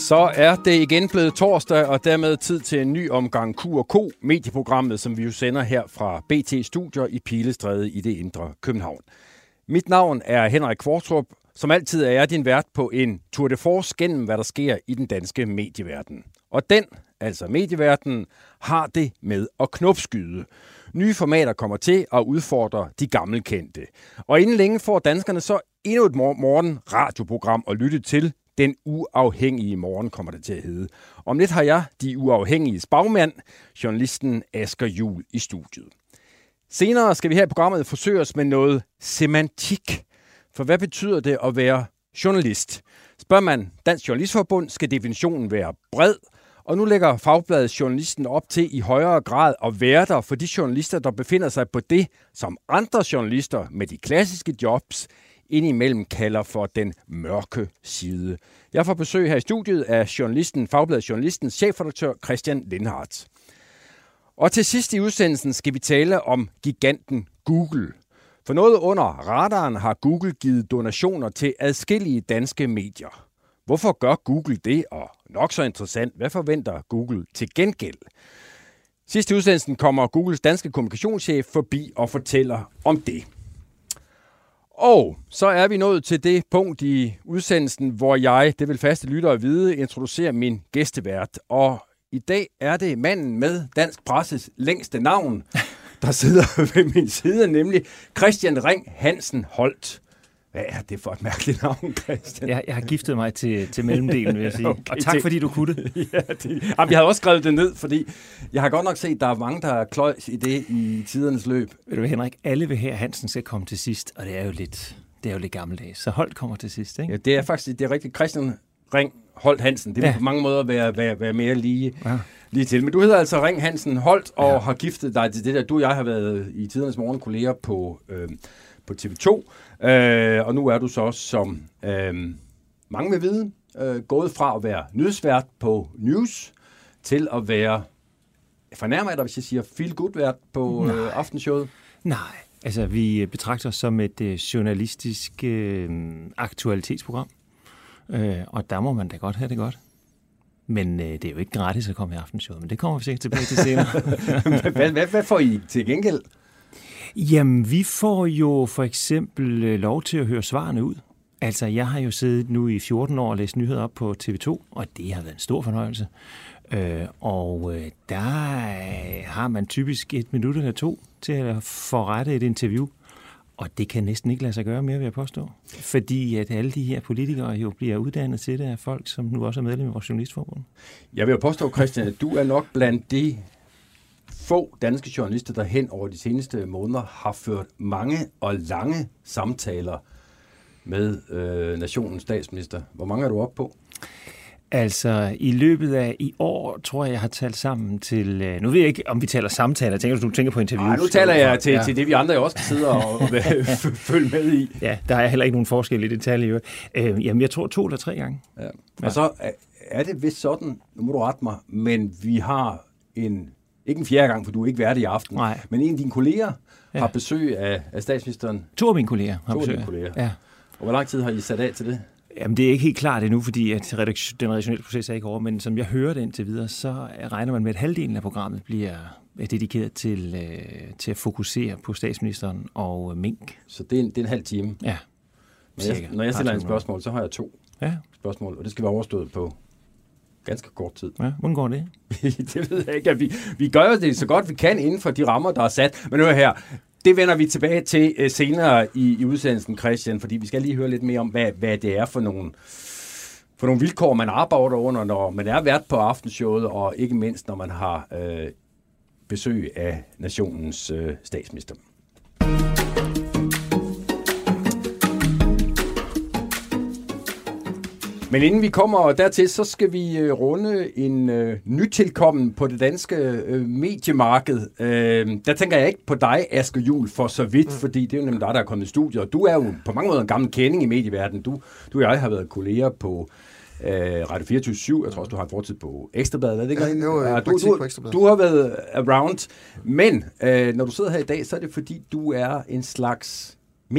Så er det igen blevet torsdag, og dermed tid til en ny omgang Q&K, medieprogrammet, som vi jo sender her fra BT Studier i Pilestræde i det indre København. Mit navn er Henrik Kvartrup. Som altid er jeg din vært på en tour de force gennem, hvad der sker i den danske medieverden. Og den, altså medieverdenen, har det med at knopskyde. Nye formater kommer til at udfordre de gammelkendte. Og inden længe får danskerne så endnu et morgen radioprogram at lytte til. Den uafhængige morgen kommer det til at hedde. Om lidt har jeg de uafhængige bagmand, journalisten Asger Juhl, i studiet. Senere skal vi her i programmet forsøge os med noget semantik. For hvad betyder det at være journalist? Spørger man Dansk Journalistforbund, skal definitionen være bred. Og nu lægger Fagbladet Journalisten op til i højere grad at være der for de journalister, der befinder sig på det, som andre journalister med de klassiske jobs indimellem kalder for den mørke side. Jeg får besøg her i studiet af Fagbladet Journalistens chefredaktør Christian Lindhardt. Og til sidst i udsendelsen skal vi tale om giganten Google. For noget under radaren har Google givet donationer til adskillige danske medier. Hvorfor gør Google det? Og nok så interessant, hvad forventer Google til gengæld? Sidst i udsendelsen kommer Googles danske kommunikationschef forbi og fortæller om det. Og så er vi nået til det punkt i udsendelsen, hvor jeg, det vil faste lyttere vide, introducerer min gæstevært. Og i dag er det manden med dansk presses længste navn, der sidder ved min side, nemlig Christian Ring Hansen Holt. Hvad er det for et mærkeligt navn, Christian? Jeg har giftet mig til mellemdelen, vil jeg sige. Okay, og tak, fordi du kunne det. Jeg havde også skrevet det ned, fordi jeg har godt nok set, at der er mange, der er kløjs i det i tidernes løb. Ved du, Henrik, alle vil her Hansen skal komme til sidst, og det er jo lidt gammeldags. Så Holt kommer til sidst, ikke? Ja, det er faktisk rigtigt. Christian Ring Holt Hansen. Det vil på mange måder være mere lige til. Men du hedder altså Ring Hansen Holt og har giftet dig til det der. Du og jeg har været i tidernes morgen kolleger på TV2, og nu er du så som mange vil vide, gået fra at være nyhedsvært på News til at være, fornærmer jeg dig, hvis jeg siger feel-good-vært på Aftenshowet? Nej, altså vi betragter os som et journalistisk aktualitetsprogram, og der må man da godt have det godt. Men det er jo ikke gratis at komme i Aftenshowet, men det kommer vi sikkert tilbage til senere. Hvad får I til gengæld? Jamen, vi får jo for eksempel lov til at høre svarene ud. Altså, jeg har jo siddet nu i 14 år og læst nyheder op på TV2, og det har været en stor fornøjelse. Der har man typisk 1 minut eller 2 til at forrette et interview. Og det kan næsten ikke lade sig gøre mere, vil jeg påstå. Fordi at alle de her politikere jo bliver uddannet til det af folk, som nu også er medlem af vores journalistforbund. Jeg vil jo påstå, Christian, at du er nok blandt de få danske journalister, der hen over de seneste måneder har ført mange og lange samtaler med nationens statsminister. Hvor mange er du oppe på? Altså, i løbet af i år, tror jeg har talt sammen til... Nu ved jeg ikke, om vi taler samtaler. Du tænker på interviews? Nej, nu taler jeg til det, vi andre jo også kan sidde og følge med i. Ja, der er heller ikke nogen forskel i detaljer. Jamen, jeg tror 2 eller 3 gange. Ja. Og så er det vist sådan, nu må du rette mig, men vi har ikke en 4. gang, for du er ikke vært i aften, men en af dine kolleger har besøg af statsministeren. 2 af mine kolleger har besøg. Ja. Og hvor lang tid har I sat af til det? Jamen, det er ikke helt klart endnu, fordi at den redaktionelle proces er ikke over, men som jeg hører det indtil videre, så regner man med, at halvdelen af programmet bliver dedikeret til at fokusere på statsministeren og mink. Så det er en halv time? Ja. Når jeg stiller et spørgsmål, så har jeg 2 spørgsmål, og det skal være overstået på ganske kort tid. Ja, hvordan går det? Det ved jeg ikke. Vi gør jo det så godt vi kan inden for de rammer, der er sat. Men nu er her. Det vender vi tilbage til senere i udsendelsen, Christian, fordi vi skal lige høre lidt mere om, hvad det er for nogle vilkår, man arbejder under, når man er vært på Aftenshowet, og ikke mindst, når man har besøg af nationens statsminister. Men inden vi kommer dertil, så skal vi runde en nytilkommen på det danske mediemarked. Der tænker jeg ikke på dig, Asger Juhl, for så vidt, fordi det er jo nemlig dig, der er kommet i studiet. Og du er jo på mange måder en gammel kending i medieverdenen. Du og jeg har været kolleger på Radio 24/7. Jeg tror også, du har en fortid på Ekstrabladet. Er det ikke rigtigt? Du har været around. Men når du sidder her i dag, så er det fordi, du er en slags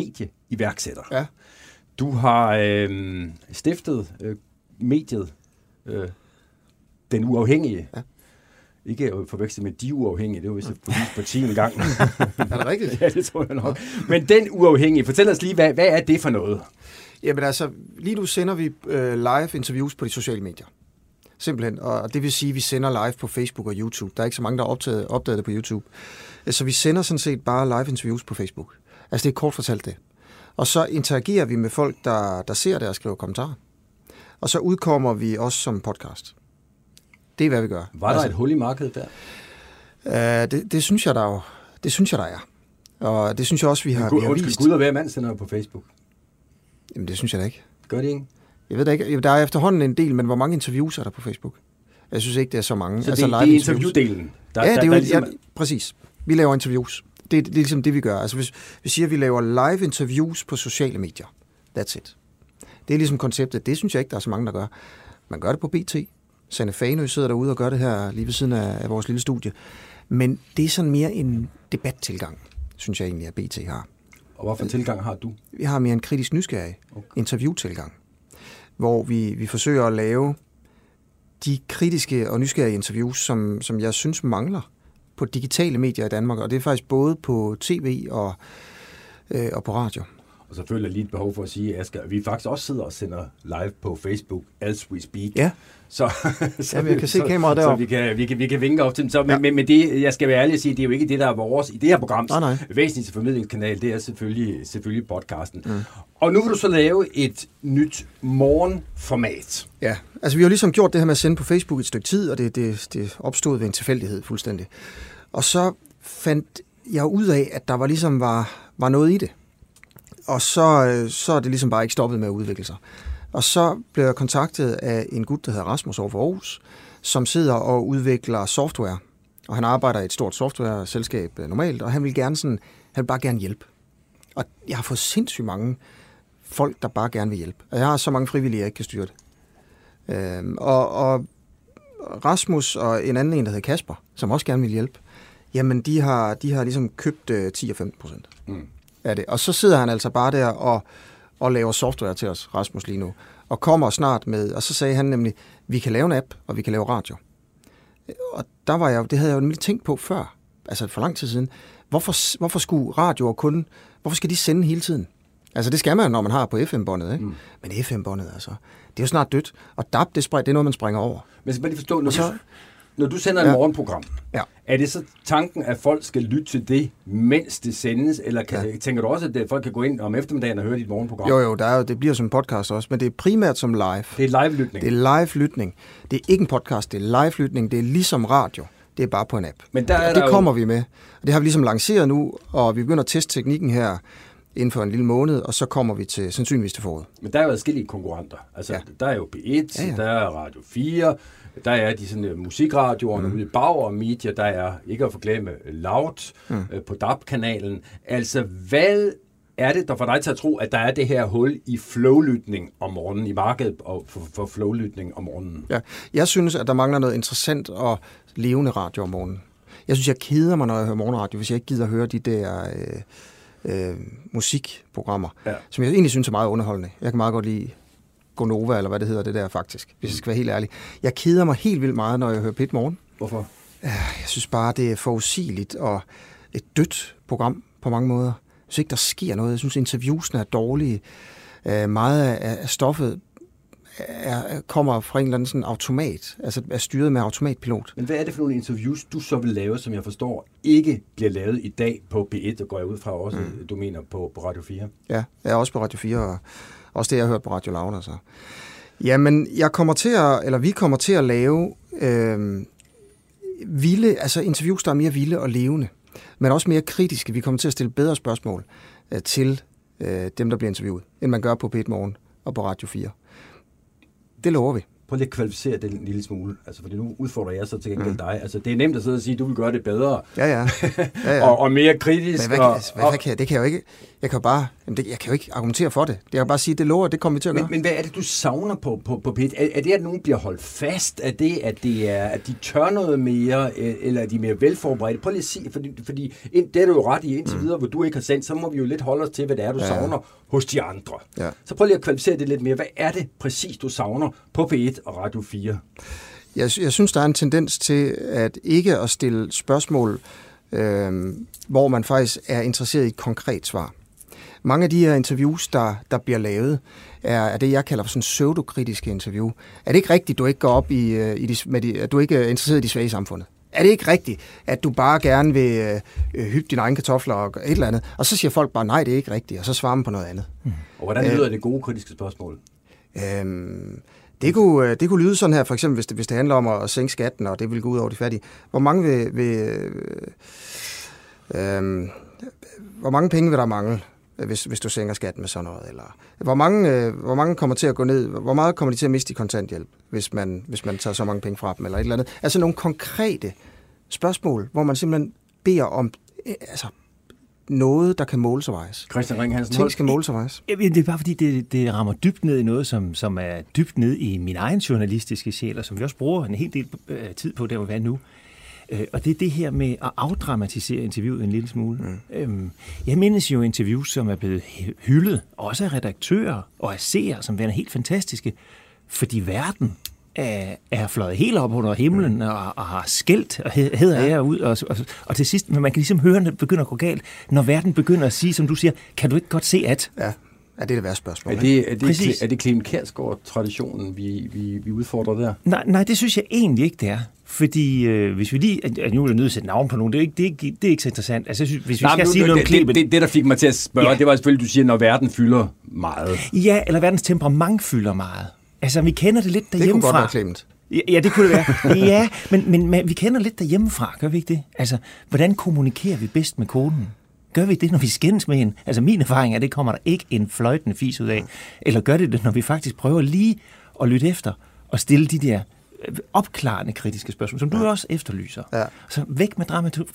medieiværksætter. Ja. Du har stiftet mediet Den Uafhængige. Ja. Ikke at forveksle med De Uafhængige, det var vist et politisk parti en gang. Er det rigtigt? Ja, det tror jeg nok. Men Den Uafhængige, fortæl os lige, hvad er det for noget? Jamen altså, lige nu sender vi live interviews på de sociale medier. Simpelthen. Og det vil sige, at vi sender live på Facebook og YouTube. Der er ikke så mange, der har opdaget det på YouTube. Så vi sender sådan set bare live interviews på Facebook. Altså det er kort fortalt det. Og så interagerer vi med folk, der ser det og skriver kommentarer. Og så udkommer vi også som podcast. Det er, hvad vi gør. Var der et hul i markedet der? Det synes jeg, der er. Og det synes jeg også, vi har vist. Gud og hver mand sender på Facebook. Jamen, det synes jeg da ikke. Gør det ikke? Jeg ved da ikke. Der er efterhånden en del, men hvor mange interviews er der på Facebook? Jeg synes ikke, det er så mange. Så det er interviewdelen? Præcis. Vi laver interviews. Det er ligesom det, vi gør. Altså, hvis vi siger, at vi laver live interviews på sociale medier. That's it. Det er ligesom konceptet. Det synes jeg ikke, der er så mange, der gør. Man gør det på BT. Sanne Fanø sidder derude og gør det her lige ved siden af vores lille studie. Men det er sådan mere en debattilgang, synes jeg egentlig, at BT har. Og hvorfor tilgang har du? Vi har mere en kritisk nysgerrig interviewtilgang, hvor vi forsøger at lave de kritiske og nysgerrige interviews, som jeg synes mangler på digitale medier i Danmark, og det er faktisk både på tv og på radio. Og så føler jeg lige et behov for at sige, Asger, at vi faktisk også sidder og sender live på Facebook, as we speak. Ja. Så jeg kan se kameraet deroppe. Så vi kan vinke op til dem. Så, ja. men det, jeg skal være ærlig at sige, det er jo ikke det, der er vores i det her program. Nej. Væsentligste formidlingskanal, det er selvfølgelig podcasten. Mm. Og nu vil du så lave et nyt morgenformat. Ja, altså vi har ligesom gjort det her med at sende på Facebook et stykke tid, og det opstod ved en tilfældighed fuldstændig. Og så fandt jeg ud af, at der var noget i det. Og så er det ligesom bare ikke stoppet med at udvikle sig. Og så blev jeg kontaktet af en gut, der hedder Rasmus over for Aarhus, som sidder og udvikler software. Og han arbejder i et stort software-selskab normalt, og han vil bare gerne hjælpe. Og jeg har fået sindssygt mange folk, der bare gerne vil hjælpe. Og jeg har så mange frivillige, jeg ikke kan styre det. Og Rasmus og en anden, der hedder Kasper, som også gerne vil hjælpe, jamen de har ligesom købt 10-15%. Mm. af det. Og så sidder han altså bare der og laver software til os, Rasmus, lige nu. Og kommer snart med, og så sagde han nemlig, vi kan lave en app, og vi kan lave radio. Og det havde jeg jo nemlig tænkt på før, altså for lang tid siden. Hvorfor skulle radioer hvorfor skal de sende hele tiden? Altså det skal man, når man har på FM-båndet, ikke? Mm. Men FM-båndet, altså, det er jo snart dødt. Og DAB, det er noget, man springer over. Men så bare lige forstå, når du sender et morgenprogram, er det så tanken, at folk skal lytte til det, mens det sendes? Eller tænker du også, at folk kan gå ind om eftermiddagen og høre dit morgenprogram? Jo, det bliver som en podcast også, men det er primært som live. Det er live-lytning? Det er live-lytning. Det er ikke en podcast, det er live-lytning. Det er ligesom radio. Det er bare på en app. Men det kommer vi med. Og det har vi ligesom lanceret nu, og vi begynder at teste teknikken her inden for en lille måned, og så kommer vi sandsynligvis til foråret. Men der er jo adskillige konkurrenter. Altså, der er jo P1, der er Radio 4, der er de sådan musikradioerne ude i Bauer Media, der er, ikke at forglemme, Loud på DAB-kanalen. Altså, hvad er det, der får dig til at tro, at der er det her hul i flowlytning om morgenen, i markedet for flowlytning om morgenen? Ja, jeg synes, at der mangler noget interessant og levende radio om morgenen. Jeg synes, jeg keder mig, når jeg hører morgenradio, hvis jeg ikke gider at høre de der musikprogrammer, som jeg egentlig synes er meget underholdende. Jeg kan meget godt lide Gonova, eller hvad det hedder, det der faktisk, hvis jeg skal være helt ærlig. Jeg keder mig helt vildt meget, når jeg hører P1 Morgen. Hvorfor? Jeg synes bare, det er forudsigeligt og et dødt program på mange måder. Jeg synes ikke, der sker noget. Jeg synes, interviewsene er dårlige. Meget af stoffet kommer fra en eller anden sådan automat, altså er styret med automatpilot. Men hvad er det for nogle interviews, du så vil lave, som jeg forstår, ikke bliver lavet i dag på P1, og går jeg ud fra også, du mener, på Radio 4? Ja, jeg er også på Radio 4, og også det, jeg har hørt på Radio Loud. Altså. Jamen, vi kommer til at lave interviews, der er mere vilde og levende, men også mere kritiske. Vi kommer til at stille bedre spørgsmål til dem, der bliver interviewet, end man gør på P1 Morgen og på Radio 4. Det lover vi. Prøv lige at kvalificere det en lille smule. Altså, fordi nu udfordrer jeg så til gengæld dig. Altså, det er nemt at sidde og sige, at du vil gøre det bedre. Ja. og mere kritisk. Men hvad kan jeg? Det kan jeg jo ikke. Jeg kan jo ikke argumentere for det. Jeg kan bare sige, at det lover, det kommer vi til at gøre. Men hvad er det, du savner på P1? Er det, at nogen bliver holdt fast? Er det, at de tør noget mere? Eller er de mere velforberedte? Prøv lige at sige, fordi det er du jo ret i indtil videre, hvor du ikke har sendt, så må vi jo lidt holde os til, hvad det er, du savner hos de andre. Ja. Så prøv lige at kvalificere det lidt mere. Hvad er det præcis, du savner på P1 1 og Radio 4? Jeg synes, der er en tendens til at ikke at stille spørgsmål, hvor man faktisk er interesseret i et konkret svar. Mange af de her interviews, der bliver lavet, er det, jeg kalder for sådan pseudokritiske interview. Er det ikke rigtigt, du ikke går op at du ikke er interesseret i de svage i samfundet? Er det ikke rigtigt, at du bare gerne vil hyppe dine egne kartofler og et eller andet? Og så siger folk bare, nej, det er ikke rigtigt, og så svarer man på noget andet. Og hvordan lyder det gode kritiske spørgsmål? Det kunne lyde sådan her, for eksempel, hvis det handler om at sænke skatten, og det vil gå ud over de fattige. Hvor mange penge vil der mangle, hvis du sænker skatten med sådan noget? Eller hvor mange kommer til at gå ned? Hvor meget kommer de til at miste i kontanthjælp, hvis man tager så mange penge fra dem, eller et eller andet? Altså nogle konkrete spørgsmål, hvor man simpelthen beder om noget, der kan måles og vejes. Christian Ring Hansen. Ting skal måles og vejes. Det er bare fordi, det rammer dybt ned i noget, som er dybt ned i min egen journalistiske sjæl, og som vi også bruger en hel del tid på, der hvor vi er nu. Og det er det her med at afdramatisere interviewet en lille smule. Jeg mindes jo interviews, som er blevet hyldet, også af redaktører og af seere, som er helt fantastiske, fordi verden er fløjet helt op under himlen og har skældt og hedder ære ud. Og til sidst, men man kan ligesom høre, når det begynder at gå galt, når verden begynder at sige, som du siger, kan du ikke godt se at... Ja. Ja, det er det værste spørgsmål. Er det Clement Kjærsgaard-traditionen, vi udfordrer der? Nej, det synes jeg egentlig ikke, det er. Fordi hvis vi lige... Nu er jeg nødt til at sætte navn på nogen. Det er ikke så interessant. Altså, hvis vi skal sige noget om Clement... Det, der fik mig til at spørge, det var selvfølgelig, du siger, når verden fylder meget. Ja, eller verdens temperament fylder meget. Altså, vi kender det lidt derhjemmefra. Det kunne godt være Clement. Ja, det kunne det være. Ja, men vi kender lidt derhjemmefra, gør vi ikke det? Altså, hvordan kommunikerer vi bedst med konen? Gør vi det, når vi skændes med hende? Altså, min erfaring er, at det kommer der ikke en fløjtende fis ud af. Eller gør det, når vi faktisk prøver lige at lytte efter og stille de der opklarende kritiske spørgsmål, som du også efterlyser. Ja. Så væk med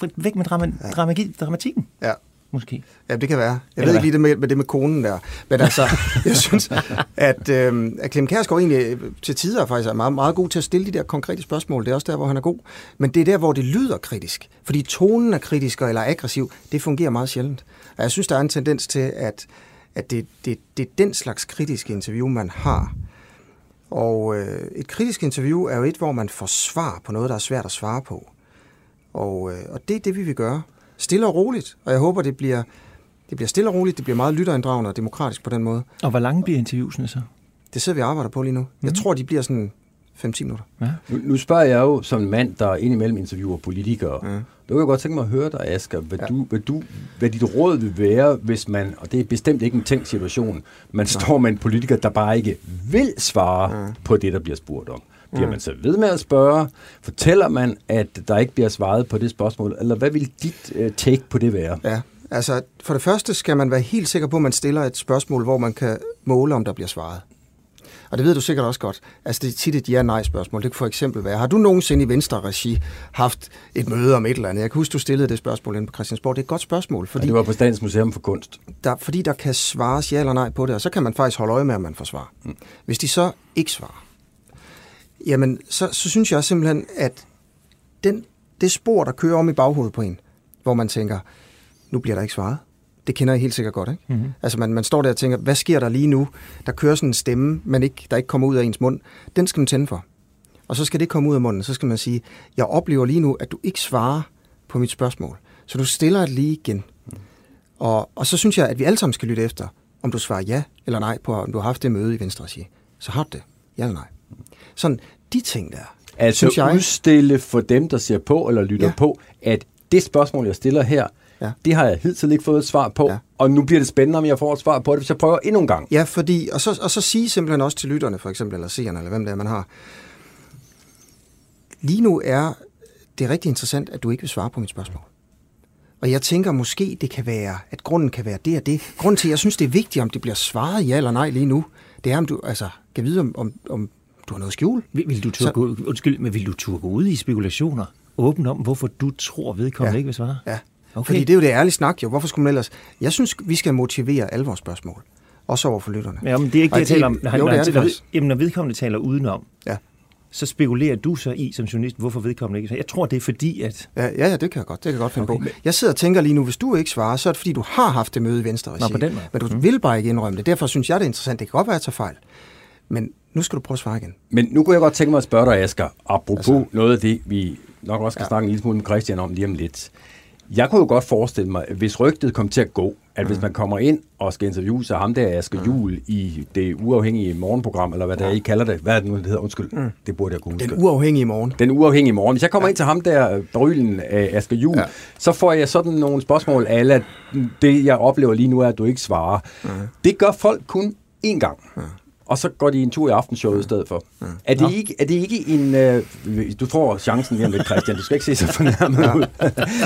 dramatikken. Ja. Måske. Ja, det kan være. Jeg ved ikke lige det med konen der. Men altså, jeg synes, at Clement Kjærsgaard egentlig til tider faktisk er meget, meget god til at stille de der konkrete spørgsmål. Det er også der, hvor han er god. Men det er der, hvor det lyder kritisk. Fordi tonen er kritisk eller aggressiv, det fungerer meget sjældent. Og jeg synes, der er en tendens til, at det er den slags kritiske interview, man har. Og et kritisk interview er jo et, hvor man får svar på noget, der er svært at svare på. Og det er det, vi vil gøre. Stille og roligt, og jeg håber, det bliver stille og roligt, det bliver meget lytterinddragende og demokratisk på den måde. Og hvor lange bliver interviewsene så? Det sidder vi og arbejder på lige nu. Jeg tror, de bliver sådan 5-10 minutter. Ja. Nu spørger jeg jo som en mand, der indimellem interviewer politikere. Ja. Du kan godt tænke mig at høre dig, Asger. Hvad dit råd vil være, hvis man, og det er bestemt ikke en tænkt situation, man står med en politiker, der bare ikke vil svare på det, der bliver spurgt om. Bliver man så ved med at spørge? Fortæller man, at der ikke bliver svaret på det spørgsmål? Eller hvad vil dit take på det være? Ja, altså for det første skal man være helt sikker på, at man stiller et spørgsmål, hvor man kan måle, om der bliver svaret. Og det ved du sikkert også godt. Altså det er tit et ja-nej-spørgsmål. Det kan for eksempel være, har du nogensinde i Venstre-regi haft et møde om et eller andet? Jeg kan huske, du stillede det spørgsmål inde på Christiansborg. Det er et godt spørgsmål. Fordi det var på Statens Museum for Kunst. Fordi der kan svares ja eller nej på det, og så kan man faktisk holde øje med, at man får svar. Hvis de så ikke svarer, jamen, så synes jeg simpelthen, at det spor, der kører om i baghovedet på en, hvor man tænker, nu bliver der ikke svaret. Det kender jeg helt sikkert godt, ikke? Mm-hmm. Altså, man står der og tænker, hvad sker der lige nu? Der kører sådan en stemme, der ikke kommer ud af ens mund. Den skal man tænde for. Og så skal det komme ud af munden. Så skal man sige, jeg oplever lige nu, at du ikke svarer på mit spørgsmål. Så du stiller det lige igen. Og så synes jeg, at vi alle sammen skal lytte efter, om du svarer ja eller nej på, om du har haft det møde i Venstre-regi. Så har du det. Ja eller nej. Sådan, de ting der. Altså synes jeg, udstille for dem, der ser på eller lytter på, at det spørgsmål, jeg stiller her, det har jeg hidtil ikke fået et svar på, og nu bliver det spændende, om jeg får et svar på det, hvis jeg prøver endnu en gang. Ja, fordi, og så sige simpelthen også til lytterne, for eksempel, eller seerne, eller hvem det er, man har. Lige nu er det rigtig interessant, at du ikke vil svare på mit spørgsmål. Og jeg tænker måske, det kan være, at grunden kan være det og det. Grunden til, at jeg synes, det er vigtigt, om det bliver svaret ja eller nej lige nu, det er, om du kan vide, om du har noget skjul. Vil du turde gå ud i spekulationer? Åbent om, hvorfor du tror vedkommende ikke vil svare? Ja, okay. Fordi det er jo det ærlige snak, jo. Hvorfor skulle man ellers... Jeg synes, vi skal motivere alle vores spørgsmål. Også over for lytterne. Ja, men det er ikke det, jeg taler om. Når vedkommende taler udenom, så spekulerer du så i som journalist, hvorfor vedkommende ikke... Jeg tror, det er fordi, at... Ja, det kan jeg godt. Det kan jeg godt finde på. Jeg sidder og tænker lige nu, hvis du ikke svarer, så er det fordi, du har haft det møde i Venstre-regi. Men du vil bare ikke indrømme det. Derfor synes jeg, det er interessant. Det kan godt være, at jeg tager fejl. Men Nu skal du prøve at svare igen. Men nu kunne jeg godt tænke mig at spørge dig, Asger, apropos noget af det, vi nok også skal snakke en lille smule med Christian om lige om lidt. Jeg kunne jo godt forestille mig, hvis rygtet kom til at gå, at hvis man kommer ind og skal interviewe sig ham der Asger Juhl i det uafhængige morgenprogram, eller hvad det er, I kalder det. Hvad er det nu, det hedder? Undskyld, det burde jeg kunne huske. Den uafhængige morgen. Den uafhængige morgen. Hvis jeg kommer ind til ham der, brylen af Asger Juhl, så får jeg sådan nogle spørgsmål alle, det jeg oplever lige nu er, at du ikke svarer. Det gør folk kun én gang. Og så går de en tur i aftenshowet i stedet for. Er det ikke en... du får chancen lige om lidt, Christian. Du skal ikke se så fornærmet ud.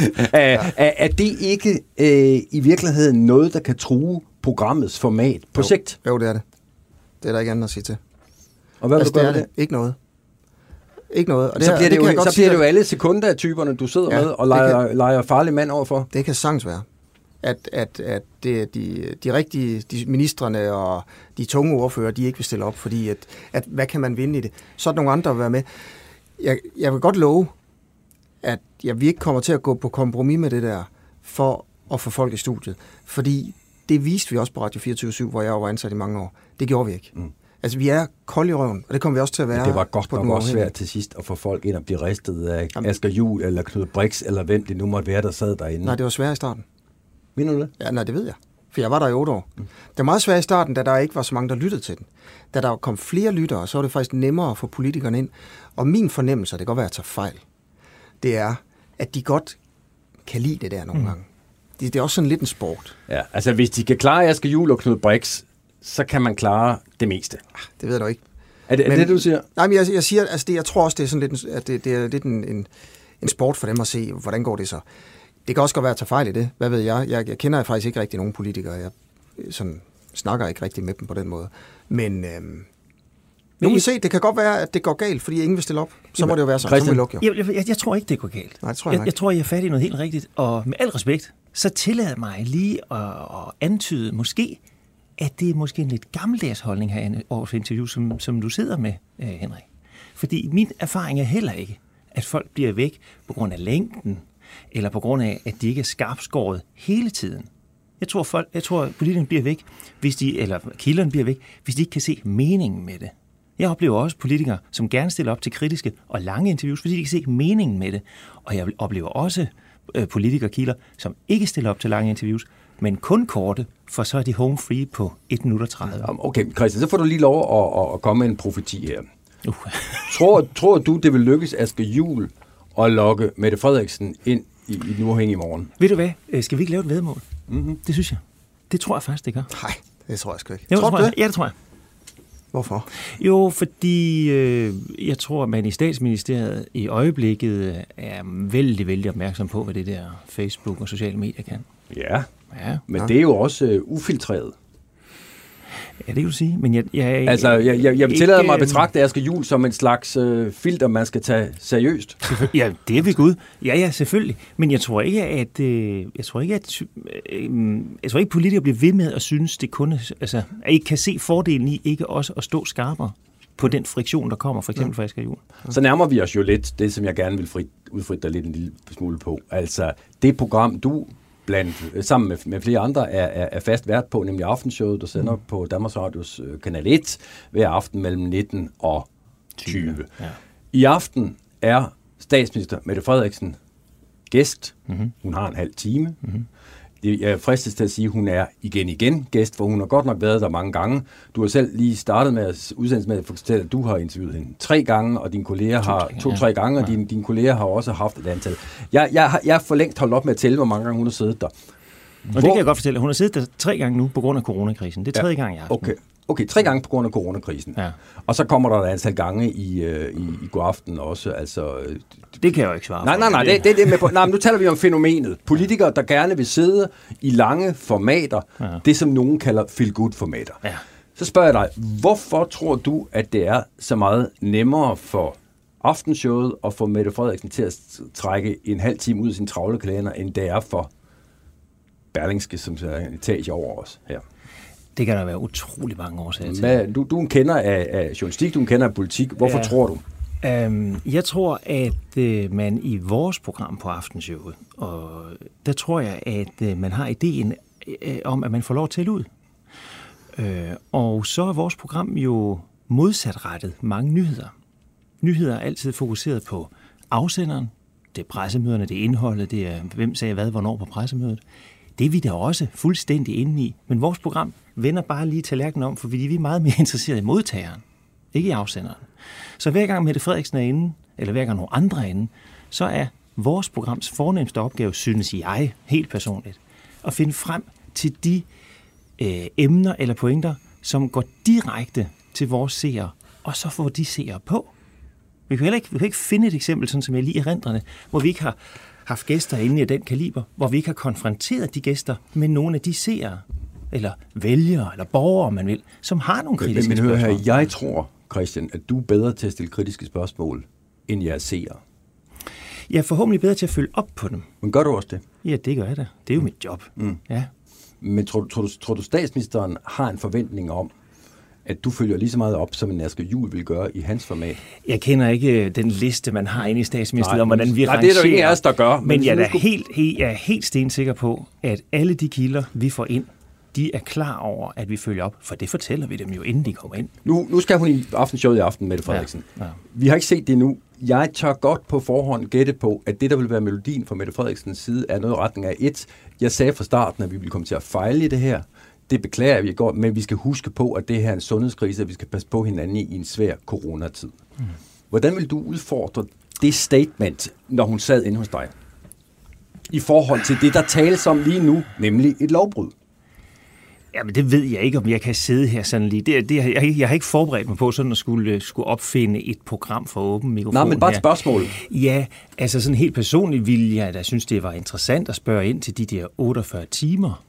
Er det ikke i virkeligheden noget, der kan true programmets format på sigt? Jo, det er det. Det er der ikke andet at sige til. Og hvad vil du gøre det? Ikke noget. Ikke noget. Og så bliver det jo alle sekundatyperne, du sidder med og leger farlig mand overfor. Det kan sagtens være. At det, de rigtige ministrene og de tunge ordfører, de ikke vil stille op, fordi at hvad kan man vinde i det? Så er der nogle andre, der vil være med. Jeg vil godt love, at vi ikke kommer til at gå på kompromis med det der, for at få folk i studiet. Fordi det viste vi også på Radio 24/7, hvor jeg var ansat i mange år. Det gjorde vi ikke. Altså, vi er kold i røven, og det kommer vi også til at være. Men det var godt nok også svært til sidst at få folk ind og blive ristet af Asger Juhl eller Knud Brix, eller hvem det nu måtte være, der sad derinde. Nej, det var svært i starten. Mener du det? Ja, nej, det ved jeg. For jeg var der i 8 år. Det var meget svært i starten, da der ikke var så mange, der lyttede til den. Da der kom flere lyttere, så var det faktisk nemmere at få politikerne ind. Og min fornemmelse, det kan godt være, at jeg tager fejl, det er, at de godt kan lide det der nogle gange. Det er også sådan lidt en sport. Ja, altså hvis de kan klare Asger Juhl og Knud Brix, så kan man klare det meste. Det ved jeg nok ikke. Er det, du siger? Nej, men jeg siger, altså jeg tror også, det er sådan lidt, at det er lidt en sport for dem at se, hvordan går det så. Det kan også godt være at tage fejl i det. Hvad ved jeg? Jeg kender faktisk ikke rigtig nogen politikere. Jeg sådan, snakker ikke rigtig med dem på den måde. Men nu vil se, det kan godt være, at det går galt, fordi ingen vil stille op. Så må det jo være sådan. Så må vi lukke jo. Jeg tror ikke, det går galt. Nej, det tror jeg jeg tror, jeg er fat i noget helt rigtigt. Og med al respekt, så tillader mig lige at antyde måske, at det er måske en lidt gammeldags holdning her over for interview, som du sidder med, Henrik. Fordi min erfaring er heller ikke, at folk bliver væk på grund af længden, eller på grund af, at de ikke er skarpskåret hele tiden. Jeg tror politikerne bliver væk, eller kilderne bliver væk, hvis de ikke kan se meningen med det. Jeg oplever også politikere, som gerne stiller op til kritiske og lange interviews, fordi de kan se meningen med det. Og jeg oplever også politikerkilder, som ikke stiller op til lange interviews, men kun korte, for så er de home free på 1 minut og 30. Okay, Christian, så får du lige lov at komme med en profeti her. Tror du, det vil lykkes Asger Juhl at lokke Mette Frederiksen ind i den uafhængige morgen? Ved du hvad? Skal vi ikke lave et væddemål? Det synes jeg. Det tror jeg faktisk, det gør. Nej, det tror jeg sgu ikke. Tror du det? Ja, det tror jeg. Hvorfor? Jo, fordi jeg tror, at man i Statsministeriet i øjeblikket er vældig, vældig opmærksom på, hvad det der Facebook og sociale medier kan. Ja. Men det er jo også ufiltreret. Ja, det kan du sige, men jeg vil tillade mig at betragte Asger Juhl som en slags filter, man skal tage seriøst. Ja, det er vi Gud. Ja, selvfølgelig. Men jeg tror ikke, at politikere bliver ved med at synes, det kun at ikke kan se fordelen i ikke også at stå skarpere på den friktion, der kommer, for eksempel fra Asger Juhl. Så nærmer vi os jo lidt det, som jeg gerne vil udfritte dig lidt en lille smule på. Altså, det program, du sammen med flere andre er fast vært på, nemlig Aftenshowet, der sender på Danmarks Radios kanal 1 hver aften mellem 19 og 20. Ja. I aften er statsminister Mette Frederiksen gæst. Hun har en halv time. Jeg fristes til at sige, at hun er igen gæst, for hun har godt nok været der mange gange. Du har selv lige startet med at udsendelse med at fortælle, at du har interviewet hende 3 gange, og dine kolleger har 2-3 gange, og dine kolleger har også haft et antal. Jeg er for længst holdt op med at tælle, hvor mange gange hun har siddet der. Og det kan jeg godt fortælle. Hun har siddet der 3 gange nu på grund af coronakrisen. Det er 3. gang i aften. Okay, 3 gange på grund af coronakrisen. Ja. Og så kommer der et antal gange i god aften også. Altså, det kan jeg jo ikke svare på. Nej, det er med på. Nej, men nu taler vi om fænomenet. Politikere, der gerne vil sidde i lange formater, det som nogen kalder feel-good-formater. Ja. Så spørger jeg dig, hvorfor tror du, at det er så meget nemmere for Aftenshowet og for Mette Frederiksen til at trække en halv time ud af sin travle kalender, end det er for Berlingske, som er en etage over os her? Det kan der være utrolig mange årsager til. Du er en kender af journalistik, du er en kender af politik. Hvorfor tror du? Jeg tror, at man i vores program på Aftenshowet, og der tror jeg, at man har ideen om, at man får lov at tælle ud. Og så er vores program jo modsatrettet mange nyheder. Nyheder er altid fokuseret på afsenderen. Det er pressemøderne, det er indholdet, det er hvem sagde hvad, hvornår på pressemødet. Det er vi da også fuldstændig inde i. Men vores program vender bare lige tallerkenen om, for vi er meget mere interesserede i modtageren, ikke i afsenderen. Så hver gang Mette Frederiksen er inde, eller hver gang nogle andre er inde, så er vores programs fornemste opgave, synes jeg, helt personligt, at finde frem til de emner eller pointer, som går direkte til vores seere, og så får de seere på. Vi kan ikke finde et eksempel, sådan som jeg lige erindrer det, hvor vi ikke har haft gæster inde i den kaliber, hvor vi ikke har konfronteret de gæster med nogle af de seere, eller vælgere, eller borgere, om man vil, som har nogle kritiske spørgsmål. Men hør her, jeg tror, Christian, at du er bedre til at stille kritiske spørgsmål, end jeres seere. Jeg er forhåbentlig bedre til at følge op på dem. Men gør du også det? Ja, det gør jeg da. Det er jo mit job. Ja. Men tror du statsministeren har en forventning om, at du følger lige så meget op, som en Asger Juhl vil gøre i hans format? Jeg kender ikke den liste, man har inde i statsministeriet, om hvordan vi rangerer. Det er der ikke af os, der gør. Men jeg er helt stensikker på, at alle de kilder, vi får ind, de er klar over, at vi følger op, for det fortæller vi dem jo, inden de kommer ind. Nu skal hun i aftenshowet i aften, Mette Frederiksen. Ja. Vi har ikke set det endnu. Jeg tør godt på forhånd gætte på, at det, der vil være melodien fra Mette Frederiksens side, er noget i retning af et. Jeg sagde fra starten, at vi ville komme til at fejle i det her. Det beklager vi godt, men vi skal huske på, at det her er en sundhedskrise, og vi skal passe på hinanden i en svær coronatid. Hvordan vil du udfordre det statement, når hun sad inde hos dig? I forhold til det, der tales om lige nu, nemlig et lovbrud. Jamen, det ved jeg ikke, om jeg kan sidde her sådan lige. Jeg har ikke forberedt mig på sådan at skulle opfinde et program for åben mikrofon. Nej, men bare et spørgsmål. Ja, altså sådan helt personligt ville jeg da synes, det var interessant at spørge ind til de der 48 timer,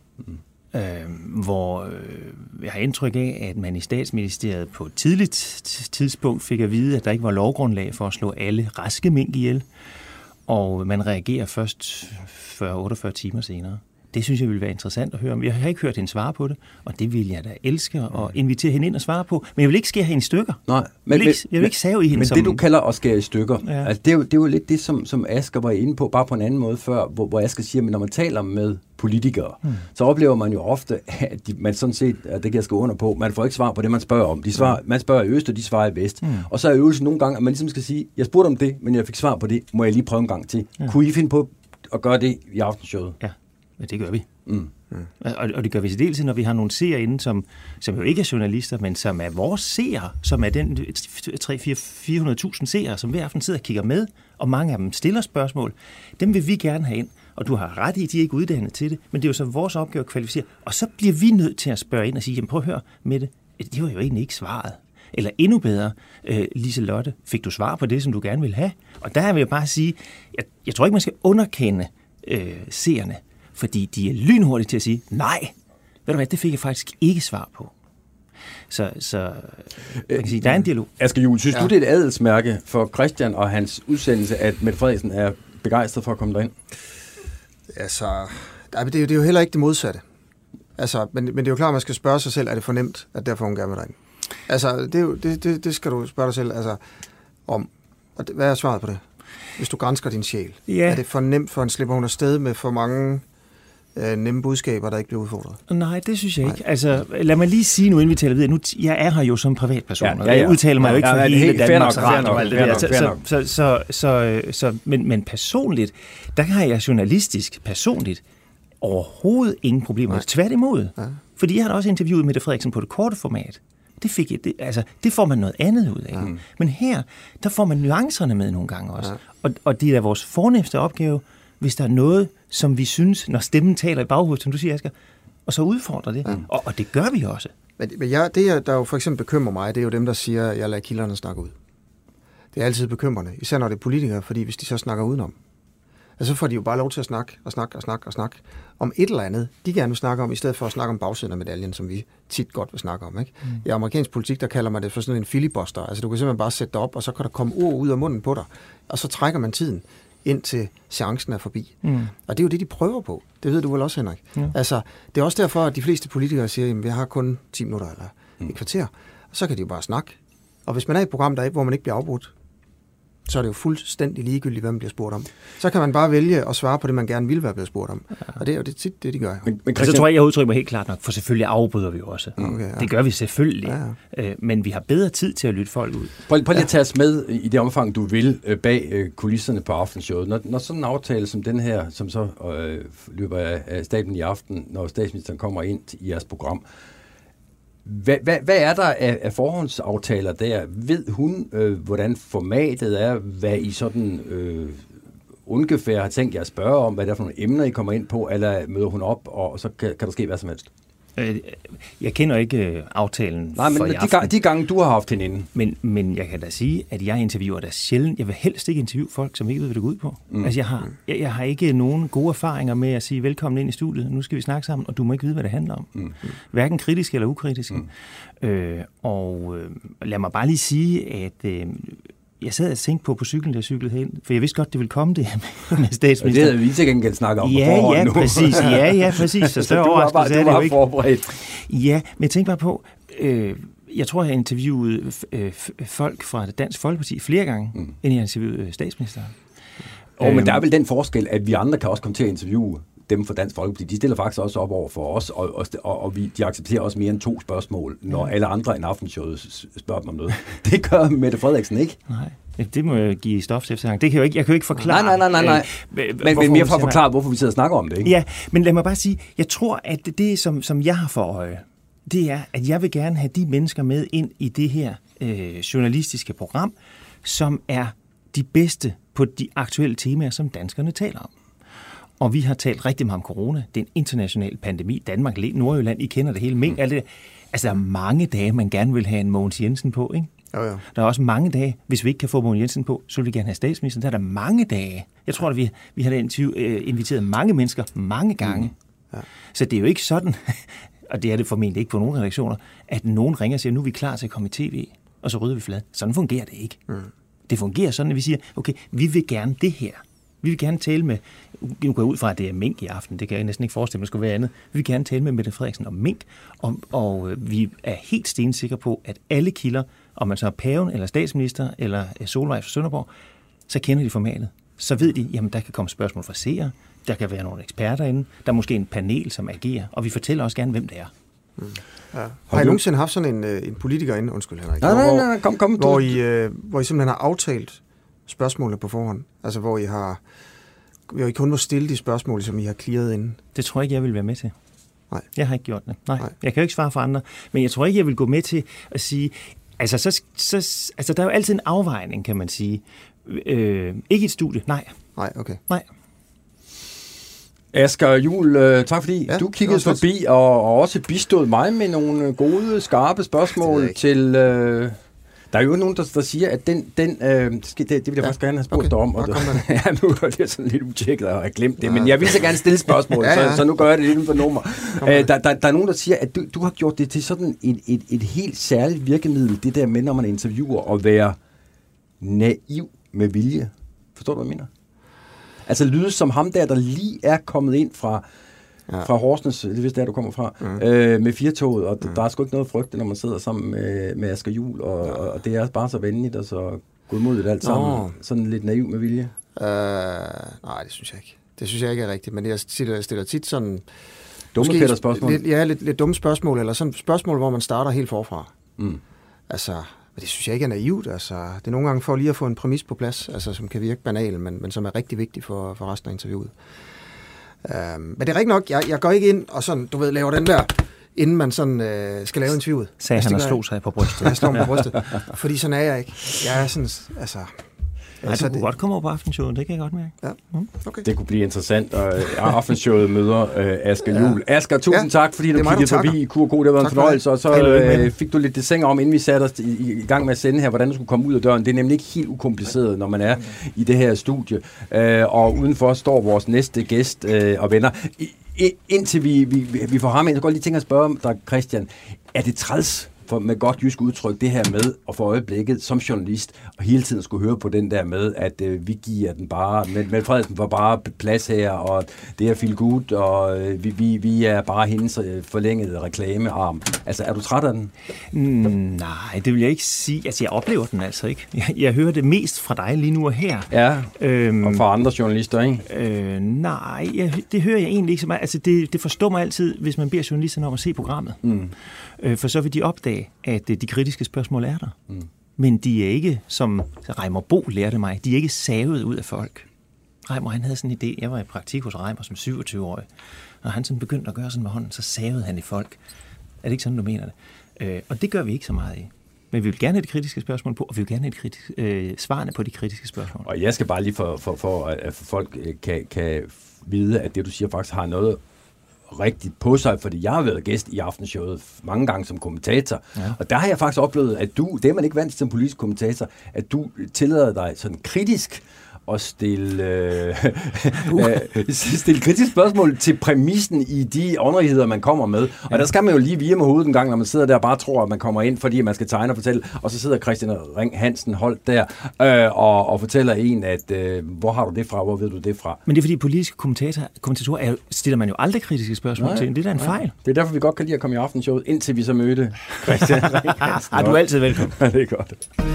hvor jeg har indtryk af, at man i Statsministeriet på et tidligt tidspunkt fik at vide, at der ikke var lovgrundlag for at slå alle raske mink ihjel, og man reagerer først 48 timer senere. Det synes jeg ville være interessant at høre om. Jeg har ikke hørt hende svare på det, og det vil jeg da elske at invitere hende ind og svare på. Men jeg vil ikke skære hende i stykker. Nej, jeg vil ikke save i hende. Men som... det, du kalder at skære i stykker, ja. Altså, det er jo lidt det, som Asger var inde på, bare på en anden måde før, hvor Asger siger, at når man taler med politikere, så oplever man jo ofte, at man sådan set, at det kan jeg skrive under på, man får ikke svar på det, man spørger om. Man spørger i øst, og de svarer i vest. Og så er øvelsen nogle gange, at man ligesom skal sige, jeg spurgte om det, men jeg fik svar på det, må jeg lige prøve en gang til. Kunne I finde på at gøre det i aftenshowet? Ja, det gør vi. Og det gør vi til dels, når vi har nogle seere inde, som jo ikke er journalister, men som er vores seere, som er den 300-400.000 seere, som hver aften sidder og kigger med, og mange af dem stiller spørgsmål. Dem vil vi gerne have ind, og du har ret i, de er ikke uddannet til det, men det er jo så vores opgave at kvalificere. Og så bliver vi nødt til at spørge ind og sige, jamen prøv at høre, Mette, det var jo egentlig ikke svaret. Eller endnu bedre, Liselotte, fik du svar på det, som du gerne vil have? Og der vil jeg bare sige, jeg tror ikke, man skal underkende seerne, fordi de er lynhurtige til at sige, nej, ved du hvad, det fik jeg faktisk ikke svar på. Så man kan sige, der er en dialog. Asger Juhl, synes du, det er et adelsmærke for Christian og hans udsendelse, at Mette Frederiksen er begejstret for at komme derind? Altså, det er jo heller ikke det modsatte. Altså, men det er jo klart, at man skal spørge sig selv, er det for nemt, at derfor hun gerne vil derind? Altså, det skal du spørge dig selv om. Og hvad er svaret på det? Hvis du gransker din sjæl. Er det for nemt, for en slipper hun afsted med for mange nemme budskaber, der ikke bliver udfordret? Nej, det synes jeg ikke. Altså, lad mig lige sige nu, inden vi taler videre. Nu, jeg er her jo som privatperson, og jeg udtaler mig jo ikke for hele Danmarks Radio og alt det der. Men personligt, der har jeg journalistisk personligt overhovedet ingen problemer. Tværtimod. Ja. Fordi jeg har da også interviewet Mette Frederiksen på det korte format. Det får man noget andet ud af. Men her, der får man nuancerne med nogle gange også. Ja. Og det er vores fornemste opgave, hvis der er noget, som vi synes, når stemmen taler i baghovedet, som du siger, Asger, og så udfordrer det. Ja. Og det gør vi også. Men det, der jo for eksempel bekymrer mig, det er jo dem, der siger, at jeg lader kilderne snakke ud. Det er altid bekymrende, især når det er politikere, fordi hvis de så snakker udenom, så får de jo bare lov til at snakke om et eller andet, de gerne vil snakke om, i stedet for at snakke om bagsiden af medaljen, som vi tit godt vil snakke om. Ikke? I amerikansk politik, der kalder man det for sådan en filibuster. Altså du kan simpelthen bare sætte dig op, og så kan der komme ord ud af munden på dig, og så trækker man tiden, indtil chancen er forbi. Og det er jo det, de prøver på. Det ved du vel også, Henrik. Altså, det er også derfor, at de fleste politikere siger, at vi har kun 10 minutter eller et kvarter, og så kan de jo bare snakke. Og hvis man er i et program, hvor man ikke bliver afbrudt, så er det jo fuldstændig ligegyldigt, hvad man bliver spurgt om. Så kan man bare vælge at svare på det, man gerne vil være blevet spurgt om. Og det er jo tit det, de gør. Men så tror jeg udtrykker mig helt klart nok, for selvfølgelig afbryder vi jo også. Okay, ja. Det gør vi selvfølgelig. Ja. Men vi har bedre tid til at lytte folk ud. Prøv lige at tage os med i det omfang, du vil, bag kulisserne på aftenshowet. Når sådan en aftale som den her, som så løber af staten i aften, når statsministeren kommer ind i jeres program, hvad er der af forhåndsaftaler der? Ved hun, hvordan formatet er, hvad I sådan ungefær har tænkt jer at spørge om, hvad der er for nogle emner, I kommer ind på, eller møder hun op, og så kan der ske hvad som helst? Jeg kender ikke aftalen. Nej, men de gange, du har haft hende inden. Men jeg kan da sige, at jeg interviewer da sjældent. Jeg vil helst ikke interviewe folk, som ikke ved, hvad det går ud på. Altså, jeg har ikke nogen gode erfaringer med at sige, velkommen ind i studiet, nu skal vi snakke sammen, og du må ikke vide, hvad det handler om. Hverken kritisk eller ukritisk. Lad mig bare lige sige, at jeg sad og tænkte på cyklen, der cyklede hen, for jeg vidste godt, det ville komme det her med statsministeren. Det havde vi til gengæld snakket om på forhånd nu. Præcis. Så større overraskelse er det jo ikke. Forberedt. Ja, men jeg tænkte bare på, jeg tror, jeg har interviewet folk fra det Dansk Folkeparti flere gange, end jeg interviewede statsministeren. Men der er vel den forskel, at vi andre kan også komme til at interviewe dem fra Dansk Folkeparti. De stiller faktisk også op over for os, og de accepterer også mere end 2 spørgsmål, når alle andre end aftenshowet spørger dem om noget. Det gør Mette Frederiksen ikke. Nej, det må jeg give stof til efterhånd. Det kan jeg kan jo ikke forklare. Nej. Men mere for at forklare, hvorfor vi sidder og snakker om det, ikke? Ja, men lad mig bare sige, jeg tror, at det, som jeg har for øje, det er, at jeg vil gerne have de mennesker med ind i det her journalistiske program, som er de bedste på de aktuelle temaer, som danskerne taler om. Og vi har talt rigtig meget om corona. Det er en international pandemi. Danmark, Nordjylland, I kender det hele. Mink, alt det der. Altså, der er mange dage, man gerne vil have en Mogens Jensen på, ikke? Jo. Der er også mange dage, hvis vi ikke kan få Mogens Jensen på, så vil vi gerne have statsministeren. Der er der mange dage. Jeg tror, at vi har inviteret mange mennesker mange gange. Ja. Så det er jo ikke sådan, og det er det formentlig ikke på nogle redaktioner, at nogen ringer og siger, nu er vi klar til at komme i tv, og så rydder vi flad. Sådan fungerer det ikke. Det fungerer sådan, at vi siger, okay, vi vil gerne det her. Vi vil gerne tale med, nu går jeg ud fra, at det er mink i aften, det kan jeg næsten ikke forestille mig, at det skulle være andet. Vi vil gerne tale med Mette Frederiksen om mink, og vi er helt stensikre på, at alle kilder, om man så er paven, eller statsminister, eller Solvej fra Sønderborg, så kender de formatet. Så ved de, jamen der kan komme spørgsmål fra seere, der kan være nogle eksperter inde, der er måske en panel, som agerer, og vi fortæller også gerne, hvem det er. Ja. Har I nogensinde haft sådan en politiker inde, undskyld Henrik, nej, kom. Hvor I simpelthen har aftalt spørgsmålene på forhånd? Altså hvor I kun må stille de spørgsmål, som I har clearet inden? Det tror jeg ikke, jeg vil være med til. Nej. Jeg har ikke gjort det. Nej. Jeg kan jo ikke svare for andre. Men jeg tror ikke, jeg vil gå med til at sige... Altså, der er jo altid en afvejning, kan man sige. Ikke et studie, nej. Nej, okay. Nej. Asger Juhl, tak fordi du kiggede forbi og også bistod mig med nogle gode, skarpe spørgsmål til... Der er jo nogen, der siger, at det vil jeg faktisk gerne have spurgt dig om. Og ja, nu er det sådan lidt utjekket og har glemt det, men jeg vil så gerne stille spørgsmål, så nu gør jeg det lidt for nummer. Der er nogen, der siger, at du har gjort det til sådan et helt særligt virkemiddel, det der med, når man interviewer, at være naiv med vilje. Forstår du, hvad jeg mener? Altså lyde som ham der lige er kommet ind fra Horsens, det vidste der, du kommer fra, med firtoget, og der er sgu ikke noget frygte, når man sidder sammen med Asger Juhl, og det er bare så venligt, og så godmodigt alt sammen. Sådan lidt naiv med vilje. Nej, det synes jeg ikke. Det synes jeg ikke er rigtigt, men jeg stiller tit sådan... Dumme spørgsmål? Lidt dumme spørgsmål, eller sådan spørgsmål, hvor man starter helt forfra. Altså... Men det synes jeg ikke er naivt. Altså, det er nogle gange for lige at få en præmis på plads, altså, som kan virke banal, men som er rigtig vigtig for resten af interviewet. Men det er rigtigt nok, jeg går ikke ind og sådan, du ved, laver den der, inden man sådan skal lave interviewet. Sagde han og slog sig på brystet. Jeg slår mig på brystet, fordi sådan er jeg ikke. Jeg er sådan, altså... Nej, du kunne godt komme over på aftenshowet, det kan jeg godt mærke. Ja. Okay. Det kunne blive interessant, og aftenshowet møder Asger Juhl. Asger, tusind tak, fordi du kiggede forbi i Q&K. Det har været en fornøjelse, og så fik du lidt dessiner om, inden vi satte os i gang med at sende her, hvordan du skulle komme ud af døren. Det er nemlig ikke helt ukompliceret, når man er i det her studie. Og udenfor står vores næste gæst og venner. Indtil vi får ham ind, så går jeg lige tænke at spørge dig, Christian, er det træls for med godt jysk udtryk, det her med at få øjeblikket som journalist, og hele tiden skulle høre på den der med, at vi giver den bare, men Frederiksen får bare plads her, og det er feel good, og vi er bare hendes forlængede reklamearm. Altså, er du træt af den? Nej, det vil jeg ikke sige. Altså, jeg oplever den altså ikke. Jeg hører det mest fra dig lige nu og her. Ja, og fra andre journalister, ikke? Nej, det hører jeg egentlig ikke så meget. Altså, det forstår mig altid, hvis man beder journalisterne om at se programmet. For så vil de opdage, at de kritiske spørgsmål er der. Men de er ikke, som Reimer Bo lærte mig, de er ikke savet ud af folk. Reimer, han havde sådan en idé. Jeg var i praktik hos Reimer som 27-årig. Når han sådan begyndte at gøre sådan med hånden, så savede han i folk. Er det ikke sådan, du mener det? Og det gør vi ikke så meget i. Men vi vil gerne have de kritiske spørgsmål på, og vi vil gerne have svarene på de kritiske spørgsmål. Og jeg skal bare lige for at folk kan vide, at det, du siger, faktisk har noget rigtigt på sig, fordi jeg har været gæst i Aftenshowet mange gange som kommentator, og der har jeg faktisk oplevet, at det er man ikke vant til som politisk kommentator, at du tillader dig sådan kritisk at stille kritiske spørgsmål til præmissen i de underligheder, man kommer med. Og der skal man jo lige vige med hovedet en gang, når man sidder der og bare tror, at man kommer ind, fordi man skal tegne og fortælle, og så sidder Christian Ring Hansen holdt der og fortæller en, at hvor har du det fra, hvor ved du det fra? Men det er fordi politiske kommentatorer stiller man jo aldrig kritiske spørgsmål til. Det er da en fejl. Det er derfor, vi godt kan lide at komme i Aftenshowet, indtil vi så mødte Christian Ring Hansen. Du er altid velkommen. Ja, det er godt.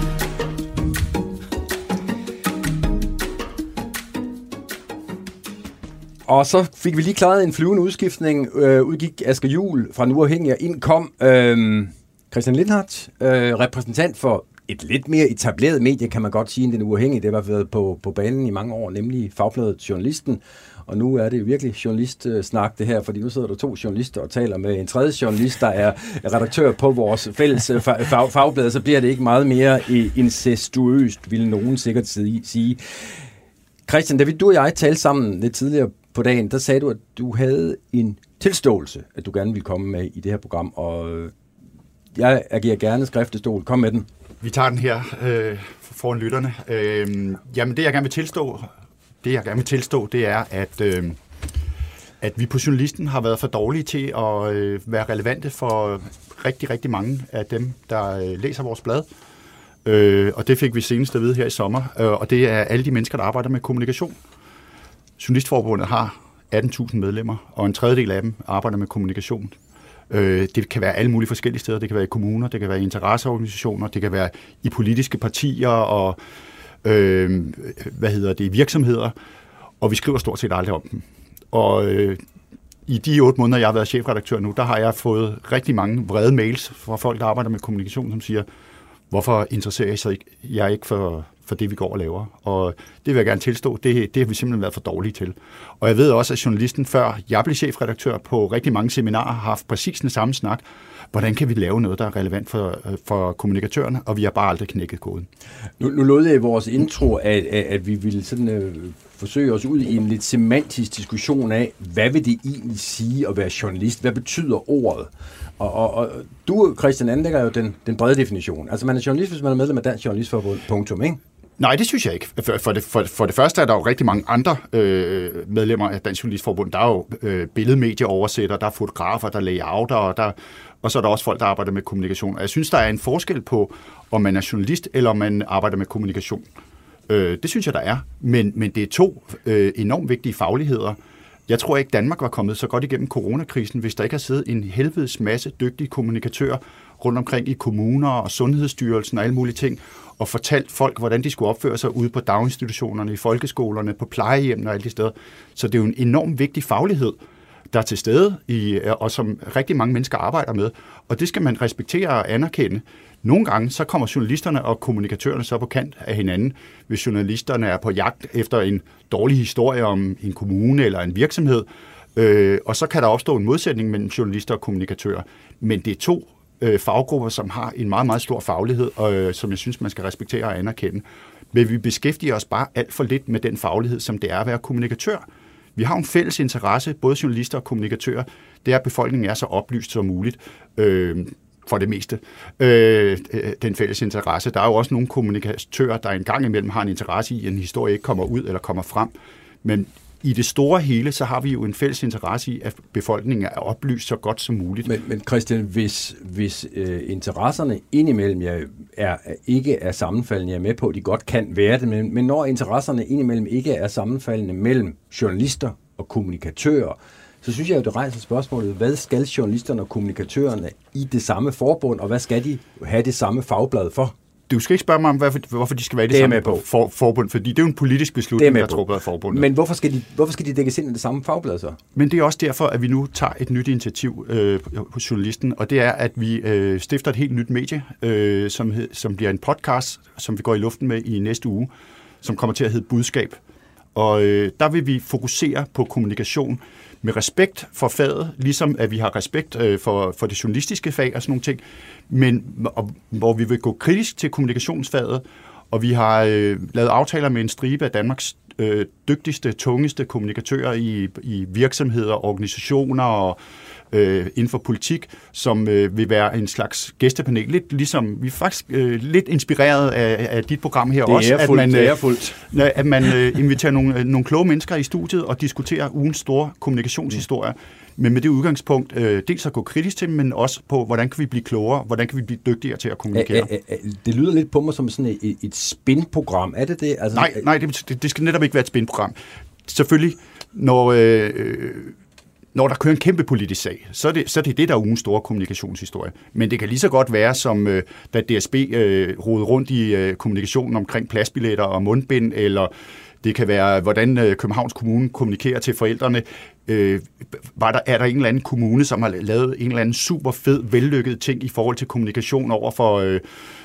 Og så fik vi lige klaret en flyvende udskiftning. Udgik Asger Juhl fra Den Uafhængige, og ind kom Christian Lindhardt, repræsentant for et lidt mere etableret medie, kan man godt sige, end Den Uafhængige. Det var været på banen i mange år, nemlig Fagbladet Journalisten. Og nu er det virkelig journalistsnak det her, fordi nu sidder der 2 journalister og taler med en tredje journalist, der er redaktør på vores fælles fagblad, så bliver det ikke meget mere incestuøst, vil nogen sikkert sige. Christian, da du og jeg talte sammen lidt tidligere på dagen, der sagde du, at du havde en tilståelse, at du gerne ville komme med i det her program, og jeg agerer gerne skriftestol. Kom med den. Vi tager den her foran lytterne. Jamen, det jeg gerne vil tilstå, det er, at vi på Journalisten har været for dårlige til at være relevante for rigtig, rigtig mange af dem, der læser vores blad. Og det fik vi senest at vide her i sommer, og det er alle de mennesker, der arbejder med kommunikation. Journalistforbundet har 18.000 medlemmer, og en tredjedel af dem arbejder med kommunikation. Det kan være alle mulige forskellige steder. Det kan være i kommuner, det kan være i interesseorganisationer, det kan være i politiske partier og virksomheder, og vi skriver stort set aldrig om dem. Og i de 8 måneder, jeg har været chefredaktør nu, der har jeg fået rigtig mange vrede mails fra folk, der arbejder med kommunikation, som siger, hvorfor interesserer jeg ikke for det, vi går og laver? Og det vil jeg gerne tilstå, det har vi simpelthen været for dårlige til. Og jeg ved også, at Journalisten, før jeg blev chefredaktør på rigtig mange seminarer, har haft præcis den samme snak. Hvordan kan vi lave noget, der er relevant for kommunikatørerne? Og vi har bare aldrig knækket koden. Nu lovede jeg i vores intro, at vi ville sådan, forsøge os ud i en lidt semantisk diskussion af, hvad vil det egentlig sige at være journalist? Hvad betyder ordet? Og du, Christian, anlægger jo den brede definition. Altså man er journalist, hvis man er medlem af Dansk Journalistforbund, punktum, ikke? Nej, det synes jeg ikke. For det første er der jo rigtig mange andre medlemmer af Dansk Journalistforbund. Der er jo billedmedieoversætter, der er fotografer, der er layouter, og så er der også folk, der arbejder med kommunikation. Og jeg synes, der er en forskel på, om man er journalist, eller om man arbejder med kommunikation. Det synes jeg, der er. Men det er 2 enormt vigtige fagligheder. Jeg tror ikke, Danmark var kommet så godt igennem coronakrisen, hvis der ikke har siddet en helvedes masse dygtige kommunikatører rundt omkring i kommuner og Sundhedsstyrelsen og alle mulige ting, og fortalt folk, hvordan de skulle opføre sig ude på daginstitutionerne, i folkeskolerne, på plejehjemmene og alle de steder. Så det er jo en enormt vigtig faglighed, der er til stede, og som rigtig mange mennesker arbejder med. Og det skal man respektere og anerkende. Nogle gange så kommer journalisterne og kommunikatørerne så på kant af hinanden, hvis journalisterne er på jagt efter en dårlig historie om en kommune eller en virksomhed. Og så kan der opstå en modsætning mellem journalister og kommunikatører. Men det er 2 faggrupper, som har en meget, meget stor faglighed, og som jeg synes, man skal respektere og anerkende. Men vi beskæftiger os bare alt for lidt med den faglighed, som det er at være kommunikatør. Vi har en fælles interesse, både journalister og kommunikatører, det er, at befolkningen er så oplyst som muligt, for det meste, den fælles interesse. Der er jo også nogle kommunikatører, der en gang imellem har en interesse i, at en historie ikke kommer ud eller kommer frem. Men i det store hele, så har vi jo en fælles interesse i, at befolkningen er oplyst så godt som muligt. Men Christian, hvis interesserne indimellem ikke er sammenfaldende, jeg er med på, at de godt kan være det, men når interesserne indimellem ikke er sammenfaldende mellem journalister og kommunikatører, så synes jeg jo, det rejser spørgsmålet, hvad skal journalisterne og kommunikatørerne i det samme forbund, og hvad skal de have det samme fagblad for? Du skal ikke spørge mig om, hvorfor de skal være i det samme forbund, fordi det er jo en politisk beslutning, der er truffet af forbundet. Men hvorfor skal de dækkes ind i det samme fagblad så? Men det er også derfor, at vi nu tager et nyt initiativ hos journalisten, og det er, at vi stifter et helt nyt medie, som bliver en podcast, som vi går i luften med i næste uge, som kommer til at hedde Budskab. Og der vil vi fokusere på kommunikation med respekt for faget, ligesom at vi har respekt for det journalistiske fag og sådan nogle ting, men hvor vi vil gå kritisk til kommunikationsfaget, og vi har lavet aftaler med en stribe af Danmarks dygtigste, tungeste kommunikatører i virksomheder, organisationer og inden for politik, som vil være en slags gæstepanel. Lidt ligesom, vi er faktisk lidt inspireret af dit program her også, at man inviterer nogle kloge mennesker i studiet og diskuterer ugens store kommunikationshistorier, men med det udgangspunkt dels at gå kritisk til, men også på, hvordan kan vi blive klogere, hvordan kan vi blive dygtigere til at kommunikere. Det lyder lidt på mig som sådan et spin-program. Er det det? Altså, nej, det skal netop ikke være et spin-program. Selvfølgelig, når der kører en kæmpe politisk sag, så er det der er ugens store kommunikationshistorie. Men det kan lige så godt være, som da DSB rodede rundt i kommunikationen omkring pladsbilletter og mundbind, eller det kan være, hvordan Københavns Kommune kommunikerer til forældrene. Er der en eller anden kommune, som har lavet en eller anden super fed, vellykket ting i forhold til kommunikation over for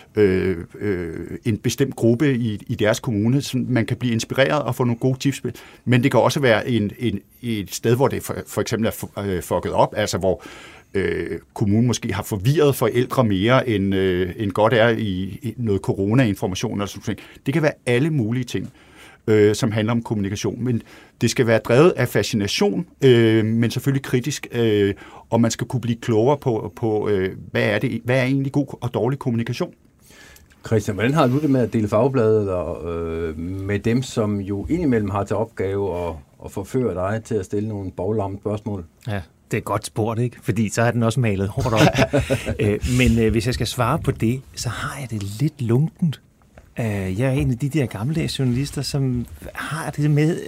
en bestemt gruppe i deres kommune, så man kan blive inspireret og få nogle gode tips. Men det kan også være et sted, hvor det for eksempel er fucket op, altså hvor kommunen måske har forvirret forældre mere, end godt er i noget corona-information. Og sådan. Det kan være alle mulige ting, som handler om kommunikation. Men det skal være drevet af fascination, men selvfølgelig kritisk, og man skal kunne blive klogere på hvad er egentlig god og dårlig kommunikation. Christian, hvordan har du det med at dele fagbladet med dem, som jo indimellem har til opgave at forføre dig til at stille nogle baglamme spørgsmål? Ja, det er godt spurgt, ikke? Fordi så er den også malet hårdt op. Men hvis jeg skal svare på det, så har jeg det lidt lunkent. Jeg er en af de der gammeldags journalister, som har det med...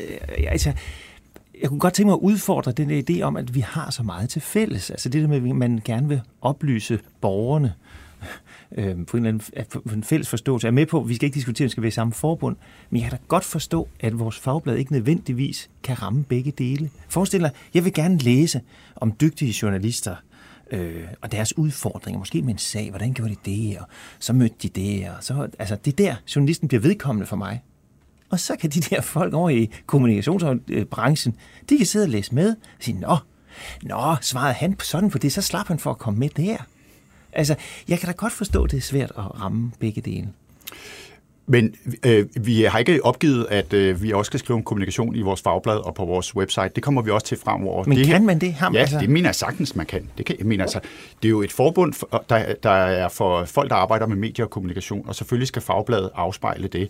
Jeg kunne godt tænke mig at udfordre den idé om, at vi har så meget til fælles. Altså det der med, at man gerne vil oplyse borgerne på en fælles forståelse. Jeg er med på, at vi skal ikke diskutere, at vi skal være i samme forbund, men jeg kan da godt forstå, at vores fagblad ikke nødvendigvis kan ramme begge dele. Forestil dig, jeg vil gerne læse om dygtige journalister og deres udfordringer, måske med en sag, hvordan gjorde de det, og så mødte de det, og så, altså det der, journalisten bliver vedkommende for mig. Og så kan de der folk over i kommunikationsbranchen, de kan sidde og læse med, og sige, nå, svarede han sådan på det, så slap han for at komme med der. Altså, jeg kan da godt forstå, at det er svært at ramme begge dele. Men vi har ikke opgivet, at vi også skal skrive om kommunikation i vores fagblad og på vores website. Det kommer vi også til fremover. Men kan man det? Det mener jeg sagtens, man kan. Det er jo et forbund, der er for folk, der arbejder med medier og kommunikation, og selvfølgelig skal fagbladet afspejle det.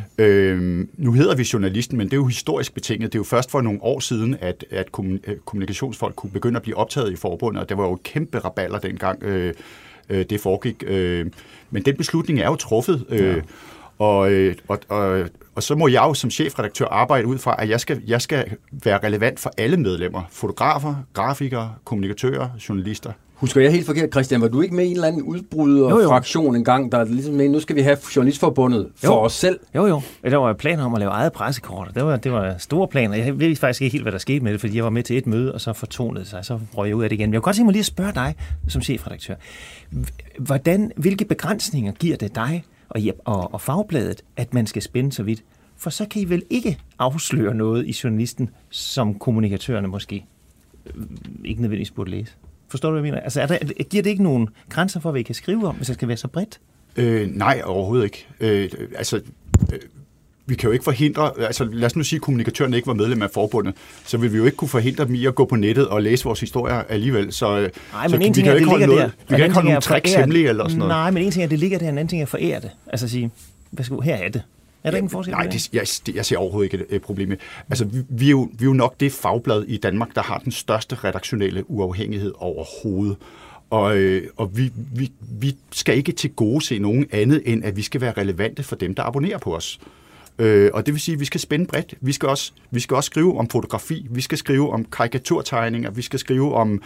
Nu hedder vi journalisten, men det er jo historisk betinget. Det er jo først for nogle år siden, at kommunikationsfolk kunne begynde at blive optaget i forbundet, og det var jo kæmpe rabalder dengang det foregik. Men den beslutning er jo truffet. Og så må jeg jo som chefredaktør arbejde ud fra, at jeg skal være relevant for alle medlemmer. Fotografer, grafikere, kommunikatører, journalister. Husker jeg helt forkert, Christian? Var du ikke med i en eller anden udbryderfraktion en gang, der ligesom med, nu skal vi have Journalistforbundet for os selv? Jo. Der var planer om at lave eget pressekort. Det var store planer. Jeg ved faktisk ikke helt, hvad der skete med det, fordi jeg var med til et møde, og så fortonede det sig. Så røg jeg ud af det igen. Men jeg kunne godt tænke mig lige at spørge dig som chefredaktør. Hvilke begrænsninger giver det dig og fagbladet, at man skal spænde så vidt? For så kan I vel ikke afsløre noget i journalisten, som kommunikatørerne måske ikke nødvendigvis burde læse? Forstår du, hvad jeg mener? Altså, giver det ikke nogen grænser for, hvad I kan skrive om, hvis det skal være så bredt? Nej, overhovedet ikke. Vi kan jo ikke forhindre, altså lad os nu sige, at kommunikatørerne ikke var medlem af forbundet, så vil vi jo ikke kunne forhindre dem i at gå på nettet og læse vores historier alligevel. Så men en ting er, at det ligger der. Vi kan ikke holde nogle tricks hemmelige eller sådan noget. Nej, men en ting er, at det ligger der, en anden ting er at forære det. Altså at sige, her er det. Er der ingen forskel? Nej, jeg ser overhovedet ikke et problem med. Altså, vi er jo nok det fagblad i Danmark, der har den største redaktionelle uafhængighed overhovedet. Og vi skal ikke til gode se nogen andet, end at vi skal være relevante for dem, der abonnerer på os. Og det vil sige, at vi skal spænde bredt. Vi skal også skrive om fotografi, vi skal skrive om karikaturtegninger, vi skal skrive om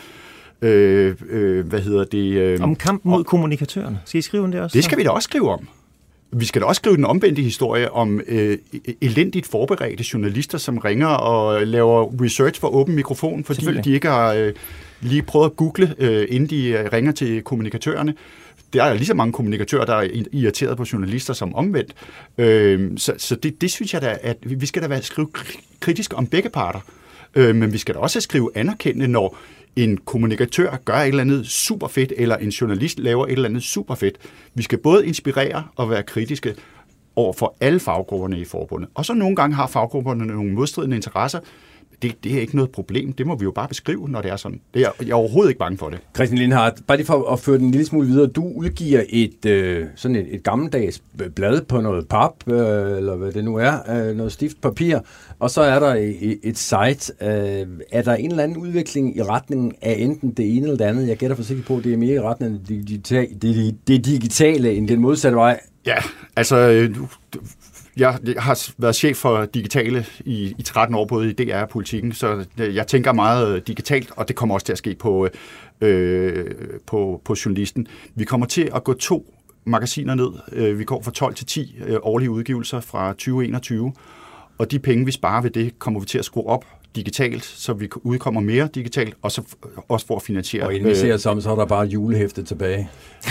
om kampen mod kommunikatørerne. Skal I skrive om det også? Det skal vi da også skrive om. Vi skal da også skrive den omvendte historie om elendigt forberedte journalister, som ringer og laver research for åben mikrofon, fordi de ikke har lige prøvet at google, inden de ringer til kommunikatørerne. Der er lige så mange kommunikatører, der er irriteret på journalister som omvendt. Så det synes jeg da, at vi skal da skrive kritisk om begge parter. Men vi skal da også skrive anerkendende, når en kommunikatør gør et eller andet super fedt, eller en journalist laver et eller andet super fedt. Vi skal både inspirere og være kritiske over for alle faggrupperne i forbundet. Og så nogle gange har faggrupperne nogle modstridende interesser. Det er ikke noget problem. Det må vi jo bare beskrive, når det er sådan. Jeg er overhovedet ikke bange for det. Christian Lindhardt, bare lige for at føre den en lille smule videre. Du udgiver et gammeldags blad på noget pap, eller hvad det nu er, noget stift papir, og så er der et site. Er der en eller anden udvikling i retningen af enten det ene eller det andet? Jeg gætter forsigtigt på, at det er mere i retningen af det digitale end den modsatte vej. Ja, altså... Jeg har været chef for digitale i 13 år, både i DR og Politikken, så jeg tænker meget digitalt, og det kommer også til at ske på journalisten. Vi kommer til at gå 2 magasiner ned. Vi går fra 12 til 10 årlige udgivelser fra 2021, og de penge, vi sparer ved det, kommer vi til at skrue op digitalt, så vi udkommer mere digitalt, og så også for at finansiere... Og inden vi ser sammen, så er der bare julehæfte tilbage.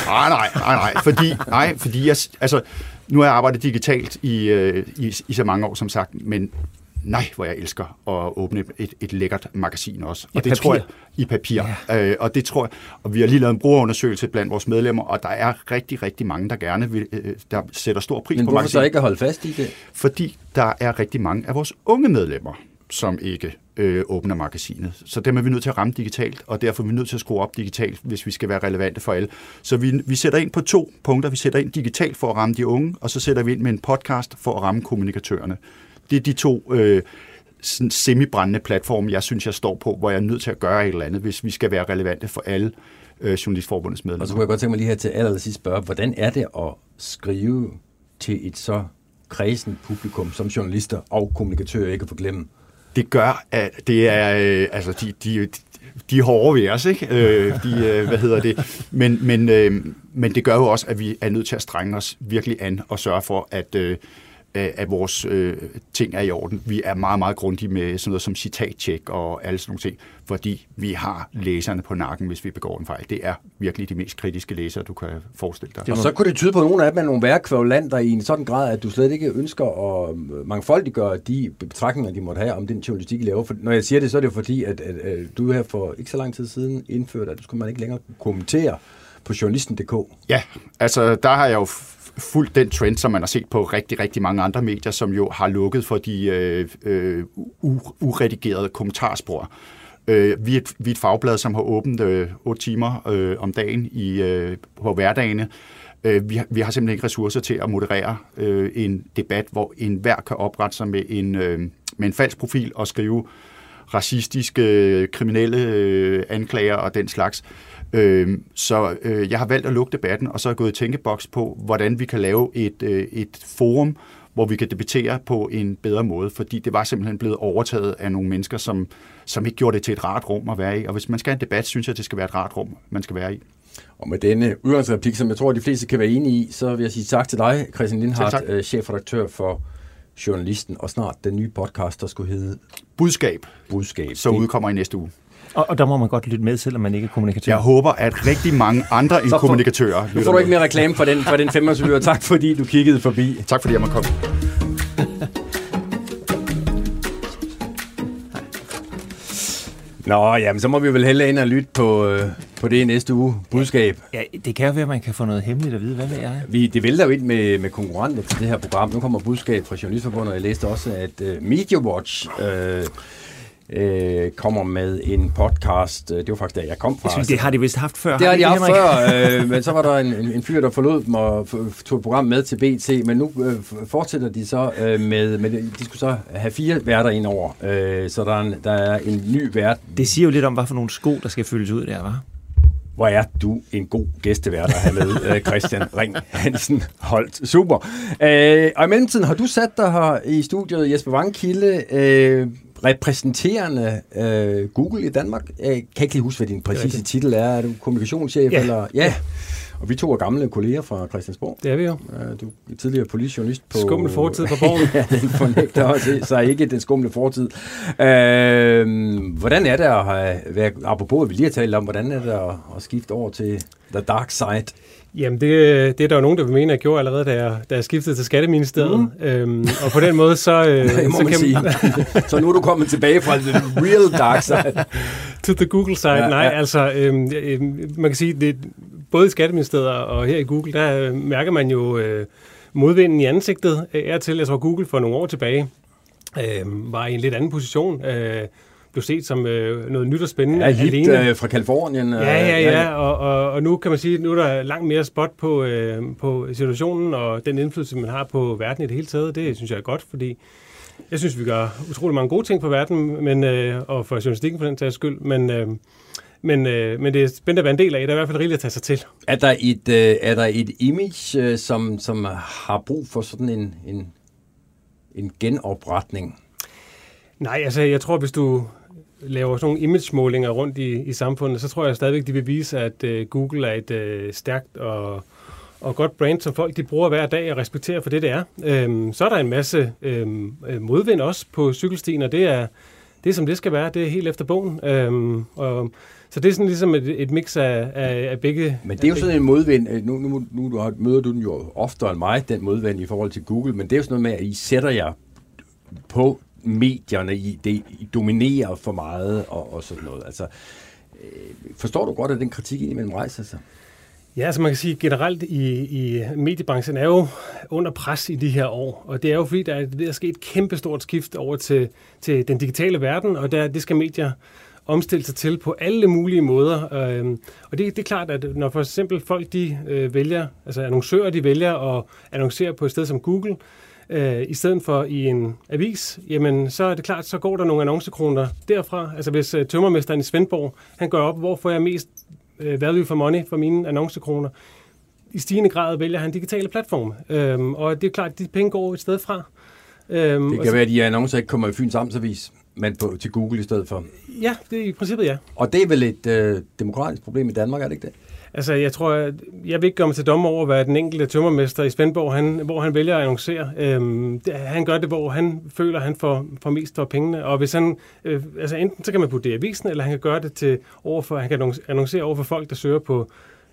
Nej, fordi nu har jeg arbejdet digitalt i så mange år, som sagt, men nej, hvor jeg elsker at åbne et lækkert magasin også. Og det tror jeg i papir. Ja. Og det tror jeg, og vi har lige lavet en brugerundersøgelse blandt vores medlemmer, og der er rigtig, rigtig mange, der gerne vil, der sætter stor pris på magasin. Men hvorfor så ikke at holde fast i det? Fordi der er rigtig mange af vores unge medlemmer, som ikke åbner magasinet. Så dem er vi nødt til at ramme digitalt, og derfor er vi nødt til at skrue op digitalt, hvis vi skal være relevante for alle. Så vi sætter ind på 2 punkter. Vi sætter ind digitalt for at ramme de unge, og så sætter vi ind med en podcast for at ramme kommunikatørerne. Det er de 2 semibrændende platforme, jeg synes, jeg står på, hvor jeg er nødt til at gøre et eller andet, hvis vi skal være relevante for alle Journalistforbundets medlemmer. Og så kunne jeg godt tænke mig lige her til allersidst spørge, hvordan er det at skrive til et så kredsen publikum som journalister og kommunikatører ikke at få glemme? Det gør, at det er, de er hårde ved os, ikke? Men det gør jo også, at vi er nødt til at strenge os virkelig an og sørge for, at vores ting er i orden. Vi er meget, meget grundige med sådan noget som citattjek og alle sådan nogle ting, fordi vi har læserne på nakken, hvis vi begår en fejl. Det er virkelig de mest kritiske læsere, du kan forestille dig. Og så kunne det tyde på, at nogle af dem er nogle værkværlanter i en sådan grad, at du slet ikke ønsker at mangfoldiggøre de betragtninger, de måtte have om den journalistik, I laver. For når jeg siger det, så er det jo fordi, at du her for ikke så lang tid siden indførte, at du skulle man ikke længere kommentere på journalisten.dk. Ja, altså der har jeg jo fulgt den trend, som man har set på rigtig, rigtig mange andre medier, som jo har lukket for de uredigerede kommentarspor. Vi er et fagblad, som har åbent 8 timer om dagen på hverdagene. Vi har simpelthen ikke ressourcer til at moderere en debat, hvor enhver kan oprette sig med en falsk profil og skrive racistiske, kriminelle anklager og den slags. Så jeg har valgt at lukke debatten, og så er jeg gået i tænkeboks på, hvordan vi kan lave et forum, hvor vi kan debattere på en bedre måde, fordi det var simpelthen blevet overtaget af nogle mennesker, som ikke gjorde det til et rart rum at være i. Og hvis man skal have en debat, synes jeg, det skal være et rart rum, man skal være i. Og med denne udgangsreplik, som jeg tror, de fleste kan være enige i, så vil jeg sige tak til dig, Christian Lindhardt, chefredaktør for Journalisten, og snart den nye podcast, der skulle hedde Budskab. Så udkommer i næste uge. Og der må man godt lytte med, selvom man ikke er kommunikatør. Jeg håber, at rigtig mange andre end kommunikatører lytter. Nu får du ikke mere reklame for den 5-årslytter. Tak fordi du kiggede forbi. Tak fordi jeg måtte komme. Nå, jamen, så må vi vel hellere ind og lytte på det i næste uge. Budskab. Ja, det kan jo være, at man kan få noget hemmeligt at vide. Hvad ved jeg? Det vælter jo ind med konkurrenter til det her program. Nu kommer budskab fra Journalistforbundet, og jeg læste også, at MediaWatch kommer med en podcast. Det var faktisk der, jeg kom fra. Det har de vist haft før. Det har de haft før, men så var der en fyr, der forlod dem og tog et program med til BT, men nu fortsætter de så med de skulle så have 4 værter ind over, så der er en ny vært. Det siger jo lidt om, hvad for nogle sko, der skal fyldes ud der, hva'? Hvor er du en god gæstevært at have med, Christian Ring Hansen Holt. Super. Og i mellemtiden har du sat dig her i studiet, Jesper Vangkilde, repræsenterende Google i Danmark. Jeg kan ikke lige huske, hvad din præcise titel er. Er du kommunikationschef? Ja. Eller? Ja. Og vi 2 er gamle kolleger fra Christiansborg. Det er vi jo. Du er tidligere politisk journalist på... Skummel fortid på Borgen. Ja, den fornægter også, så ikke den skumle fortid. Hvordan er det at have... Apropos, vi lige har talt om, hvordan er det at skifte over til the dark side? Jamen, det er der jo nogen, der vil mene, at jeg gjorde allerede, da jeg skiftede til Skatteministeriet. Og på den måde, så så nu er du kommet tilbage fra the real dark side. To the Google side. Ja, nej, altså, man kan sige, det både i Skatteministeriet og her i Google, der mærker man jo modvinden i ansigtet til. Jeg tror, Google for nogle år tilbage var i en lidt anden position. Blev set som noget nyt og spændende. Ja, alene. Fra Kalifornien. Ja. Og nu kan man sige, at nu er der langt mere spot på situationen, og den indflydelse, man har på verden i det hele taget. Det synes jeg er godt, fordi jeg synes, vi gør utrolig mange gode ting på verden, og for journalistikken for den sags skyld, men det er spændende at være en del af. Der er i hvert fald rigeligt at tage sig til. Er der et image, som har brug for sådan en genopretning? Nej, altså jeg tror, hvis du laver sådan nogle image-målinger rundt i samfundet, så tror jeg stadigvæk, de vil vise, at Google er et stærkt og godt brand, som folk de bruger hver dag og respekterer for det er. Så er der en masse modvind også på cykelstien, og det er som det skal være. Det er helt efter bogen. Så det er sådan ligesom et mix af begge. Men det er jo sådan en modvind. Nu møder du den jo oftere end mig, den modvind i forhold til Google, men det er jo sådan noget med, at I sætter jer på medierne, I dominerer for meget og sådan noget. Altså, forstår du godt, at den kritik indimellem rejser sig? Ja, altså man kan sige, generelt i mediebranchen er jo under pres i de her år, og det er jo fordi, der er ved at ske et kæmpestort skift over til den digitale verden, og det skal medier omstille sig til på alle mulige måder. Og det er klart, at når for eksempel folk de vælger, altså annoncører de vælger at annoncere på et sted som Google, i stedet for i en avis, jamen så er det klart, så går der nogle annoncekroner derfra. Altså hvis tømmermesteren i Svendborg, han gør op, hvor får jeg mest value for money for mine annoncekroner. I stigende grad vælger han digitale platforme. Og det er klart, at de penge går et sted fra. Det kan være, at de annoncer ikke kommer i Fyns Amtsavis, men til Google i stedet for. Ja, det er i princippet ja. Og det er vel et demokratisk problem i Danmark, er det ikke det? Altså, jeg tror, jeg vil ikke komme til dommer over, hvad den enkelte tømmermester i Svendborg, hvor han vælger at annoncere. Han gør det, hvor han føler, at han får mest for pengene. Og hvis han, altså enten så kan man putte det i avisen, eller han kan gøre det han kan annoncere over for folk, der søger på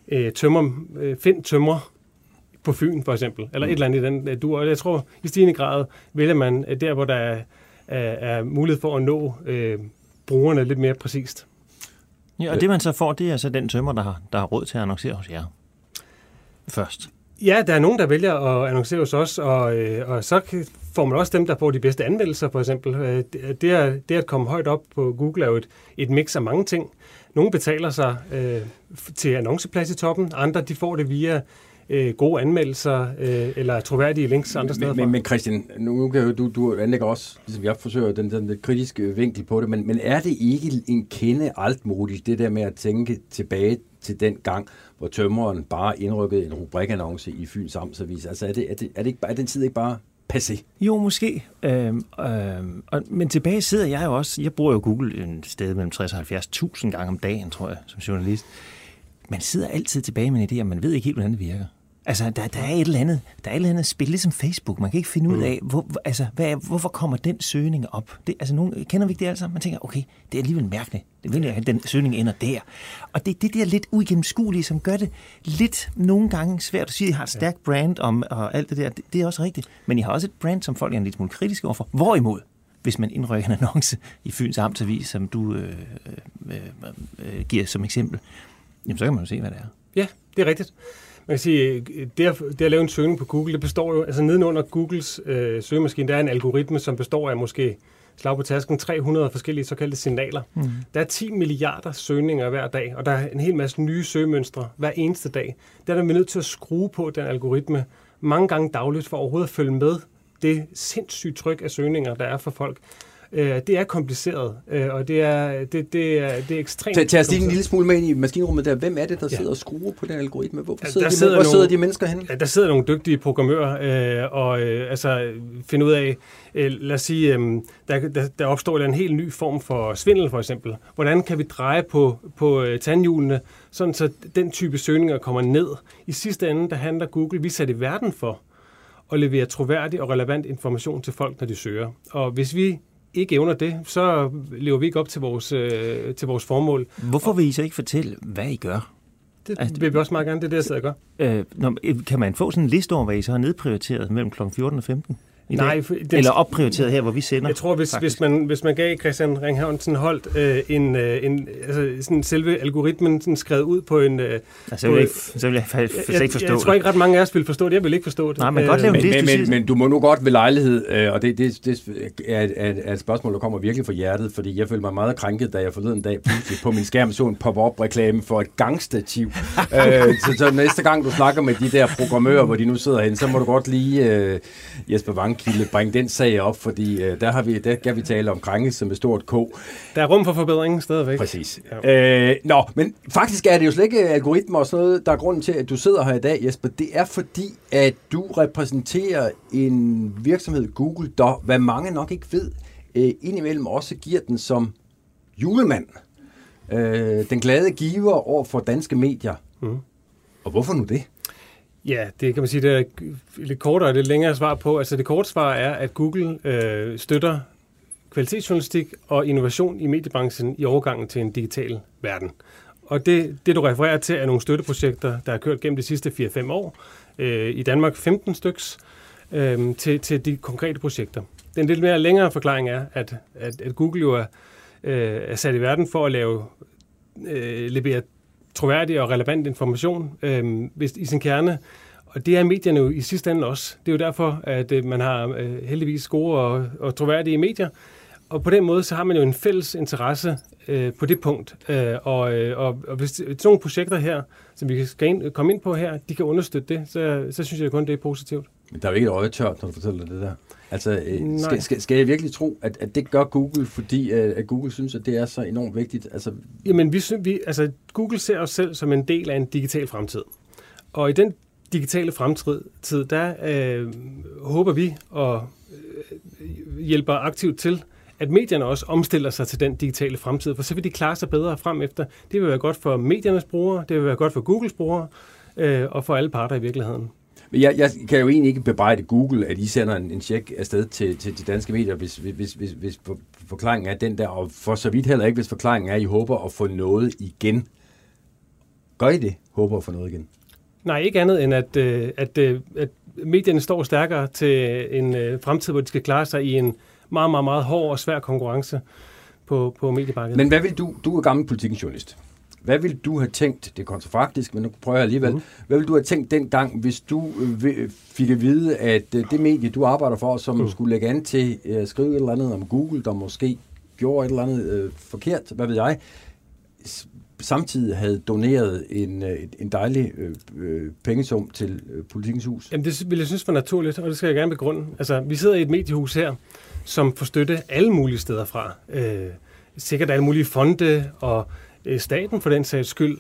find tømmer på Fyn, for eksempel. Eller et eller andet i den dur. Og jeg tror, i stigende grad vælger man der, hvor der er mulighed for at nå brugerne lidt mere præcist. Ja, og det man så får, det er så den tømmer, der har råd til at annoncere hos jer først. Ja, der er nogen, der vælger at annoncere hos os, og så får man også dem, der får de bedste anmeldelser, for eksempel. Det at komme højt op på Google er jo et mix af mange ting. Nogle betaler sig til annonceplads i toppen, andre de får det via gode anmeldelser eller troværdige links andre steder. Men Christian, nu kan du anlægger også, ligesom jeg forsøger, den kritiske vinkel på det, men er det ikke en kende altmodigt, det der med at tænke tilbage til den gang, hvor tømmeren bare indrykkede en rubrikannonce i Fyns Amtsavis? Altså er den tid ikke bare passé? Jo, måske. Men tilbage sidder jeg jo også. Jeg bruger jo Google en sted mellem 60 og 70.000 gange om dagen, tror jeg, som journalist. Man sidder altid tilbage med en idé, og man ved ikke helt, hvordan det virker. Altså, der er et eller andet spil, ligesom Facebook. Man kan ikke finde ud af, hvorfor kommer den søgning op? Nogen kender vi ikke det alle sammen? Man tænker, okay, det er alligevel mærkeligt. Det vil at den søgning ender der. Og det er det der lidt uigennemskuelige, som gør det lidt nogle gange svært at sige, at I har et stærkt brand og alt det der. Det er også rigtigt. Men I har også et brand, som folk er en lidt smule kritiske overfor. Hvorimod, hvis man indrykker en annonce i Fyns Amtsavis, som du giver som eksempel, jamen så kan man jo se, hvad det er. Ja, det er rigtigt. Man kan sige, det at lave en søgning på Google, det består jo, altså nedenunder Googles søgemaskine, der er en algoritme, som består af måske slag på tasken, 300 forskellige såkaldte signaler. Der er 10 milliarder søgninger hver dag, og der er en hel masse nye søgemønstre hver eneste dag. Der er vi nødt til at skrue på den algoritme mange gange dagligt for overhovedet at følge med det sindssygt tryk af søgninger, der er for folk. Det er kompliceret, og det er ekstremt. Tag os lige en lille smule med ind i maskinrummet der. Hvem er det, der sidder og skruer på den algoritme? Hvor sidder de mennesker henne? Der sidder nogle dygtige programmører og finder ud af, lad os sige, der opstår en helt ny form for svindel for eksempel. Hvordan kan vi dreje på tandhjulene, sådan så den type søgninger kommer ned? I sidste ende, der handler Google, vi sat i verden for at levere troværdig og relevant information til folk, når de søger. Og hvis vi ikke evner det, så lever vi ikke op til vores formål. Hvorfor vil I så ikke fortælle, hvad I gør? Det vil vi også meget gerne, det er det, jeg sidder og gør. Kan man få sådan en liste over, hvad I så har nedprioriteret mellem kl. 14 og 15? Nej, eller opprioriteret her, hvor vi sender? Jeg tror, hvis man gav Christian Ringhavn sådan holdt sådan selve algoritmen sådan skrevet ud på en... så vil jeg faktisk ikke forstå det. Jeg tror ikke ret mange af os vil forstå det. Jeg vil ikke forstå det. Nej, man kan godt lave en liste. Men du må nu godt ved lejlighed, og det er et spørgsmål, der kommer virkelig fra hjertet, fordi jeg følte mig meget krænket, da jeg forleden dag pludselig på min skærm så en pop-up-reklame for et gangstativ. Så næste gang, du snakker med de der programmører, hvor de nu sidder hen, så må du godt lige, Jesper Vangkilde, bringe den sag op, fordi der kan vi tale om krænkelse med stort K. Der er rum for forbedring stadigvæk. Præcis. Ja. Men faktisk er det jo slet ikke algoritmer og sådan noget, der er grunden til, at du sidder her i dag, Jesper. Det er fordi, at du repræsenterer en virksomhed, Google, der, hvad mange nok ikke ved, indimellem også giver den som julemand. Den glade giver over for danske medier. Og hvorfor nu det? Ja, det kan man sige, det er lidt kortere og lidt længere svar på. Altså det korte svar er, at Google støtter kvalitetsjournalistik og innovation i mediebranchen i overgangen til en digital verden. Og det du refererer til, er nogle støtteprojekter, der har kørt gennem de sidste 4-5 år. I Danmark 15 styks til de konkrete projekter. Den lidt mere længere forklaring er, at Google jo er sat i verden for at levere troværdig og relevant information i sin kerne. Og det er medierne jo i sidste ende også. Det er jo derfor, at man har heldigvis gode og troværdige medier. Og på den måde, så har man jo en fælles interesse på det punkt. Og hvis sådan nogle projekter her, som vi skal komme ind på her, de kan understøtte det, så synes jeg kun, det er positivt. Men der er jo ikke et øje tørt, når du fortæller det der. Altså, skal jeg virkelig tro, at det gør Google, fordi at Google synes, at det er så enormt vigtigt? Altså... Jamen, Google ser os selv som en del af en digital fremtid. Og i den digitale fremtid, der håber vi og hjælper aktivt til, at medierne også omstiller sig til den digitale fremtid, for så vil de klare sig bedre frem efter. Det vil være godt for mediernes brugere, det vil være godt for Googles brugere, og for alle parter i virkeligheden. Men jeg kan jo egentlig ikke bebrejde Google, at I sender en check afsted til de danske medier, hvis forklaringen er den der, og for så vidt heller ikke, hvis forklaringen er, at I håber at få noget igen. Gør I det? Håber at få noget igen? Nej, ikke andet end, at medierne står stærkere til en fremtid, hvor de skal klare sig i en meget, meget, meget hård og svær konkurrence på mediemarkedet. Men hvad vil du er gammel politikjournalist. Hvad vil du have tænkt, det er kontrafaktisk, men nu prøver jeg alligevel, hvad vil du have tænkt dengang, hvis du fik at vide, at det medie, du arbejder for, som skulle lægge an til at skrive et eller andet om Google, der måske gjorde et eller andet forkert, hvad ved jeg, samtidig havde doneret en dejlig pengesum til Politikens Hus? Jamen det vil jeg synes var naturligt, og det skal jeg gerne begrunde. Altså, vi sidder i et mediehus her, som får støtte alle mulige steder fra. Sikkert alle mulige fonde og staten for den sags skyld,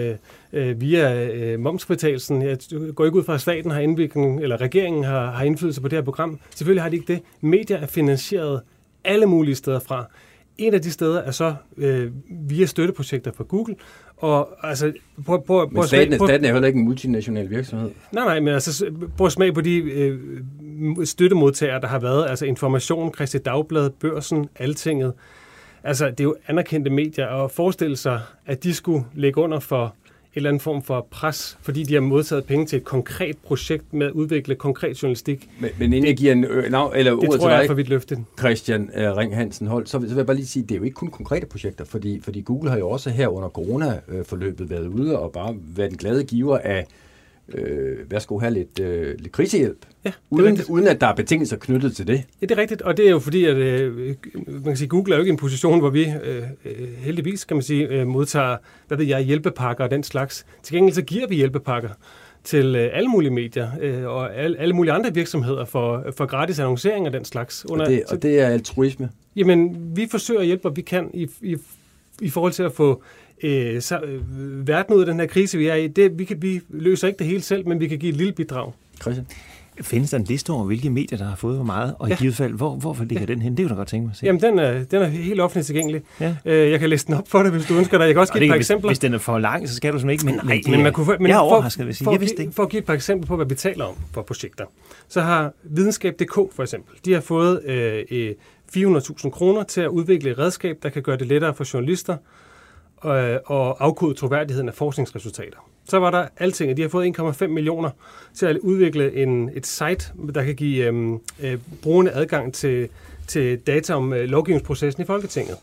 via momsfritagelsen. Jeg går ikke ud fra, at staten har indvirkning, eller regeringen har indflydelse på det her program. Selvfølgelig har de ikke det. Medier er finansieret alle mulige steder fra. En af de steder er så via støtteprojekter fra Google. Og altså, men staten er heller ikke en multinational virksomhed. Nej, men altså, prøv at smage på de støttemodtagere, der har været. Altså Information, Kristi Dagblad, Børsen, Altinget. Altså, det er jo anerkendte medier, og forestille sig, at de skulle lægge under for en eller anden form for pres, fordi de har modtaget penge til et konkret projekt med at udvikle konkret journalistik. Men inden jeg giver ordet til dig, for vidt løftet. Christian Ring Hansen Holt, så vil jeg bare lige sige, at det er jo ikke kun konkrete projekter, fordi Google har jo også her under corona-forløbet været ude og bare været en glade giver af værsgo have lidt krisehjælp. Ja, uden at der er betingelser knyttet til det. Ja, det er rigtigt, og det er jo fordi, at man kan sige, Google er jo ikke i en position, hvor vi heldigvis, kan man sige, modtager, hjælpepakker og den slags. Til gengæld så giver vi hjælpepakker til alle mulige medier og alle mulige andre virksomheder for gratis annoncering og den slags. Og det er altruisme? Jamen, vi forsøger at hjælpe, hvad vi kan i forhold til at få verden ud af den her krise, vi er i. Vi løser ikke det hele selv, men vi kan give et lille bidrag. Christian? Findes der en liste over, hvilke medier, der har fået hvor meget, og i givet fald, hvorfor ligger den hen? Det er jo da godt tænke mig at se. Jamen, den er helt offentligt tilgængelig. Ja. Jeg kan læse den op for dig, hvis du ønsker dig. Jeg kan også give et par eksempler. Hvis den er for lang, så skal du simpelthen ikke. Men man kunne, jeg er overrasket, vil sige. Jeg vidste ikke. For at give et par eksempler på, hvad vi taler om for projekter, så har Videnskab.dk for eksempel, de har fået 400.000 kroner til at udvikle et redskab, der kan gøre det lettere for journalister og afkode troværdigheden af forskningsresultater. Så var der Altinget. De har fået 1,5 millioner til at udvikle et site, der kan give brugerne adgang til data om lovgivningsprocessen i Folketinget.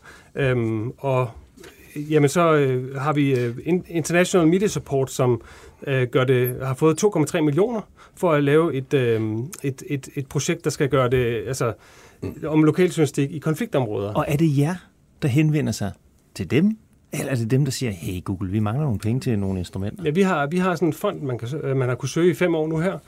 Så har vi International Media Support, som har fået 2,3 millioner for at lave et projekt, der skal gøre det om lokaljournalistik i konfliktområder. Og er det jer, der henvender sig til dem? Eller er det dem, der siger, hey Google, vi mangler nogle penge til nogle instrumenter? Ja, vi har sådan en fond, man har kunnet søge i 5 år nu her.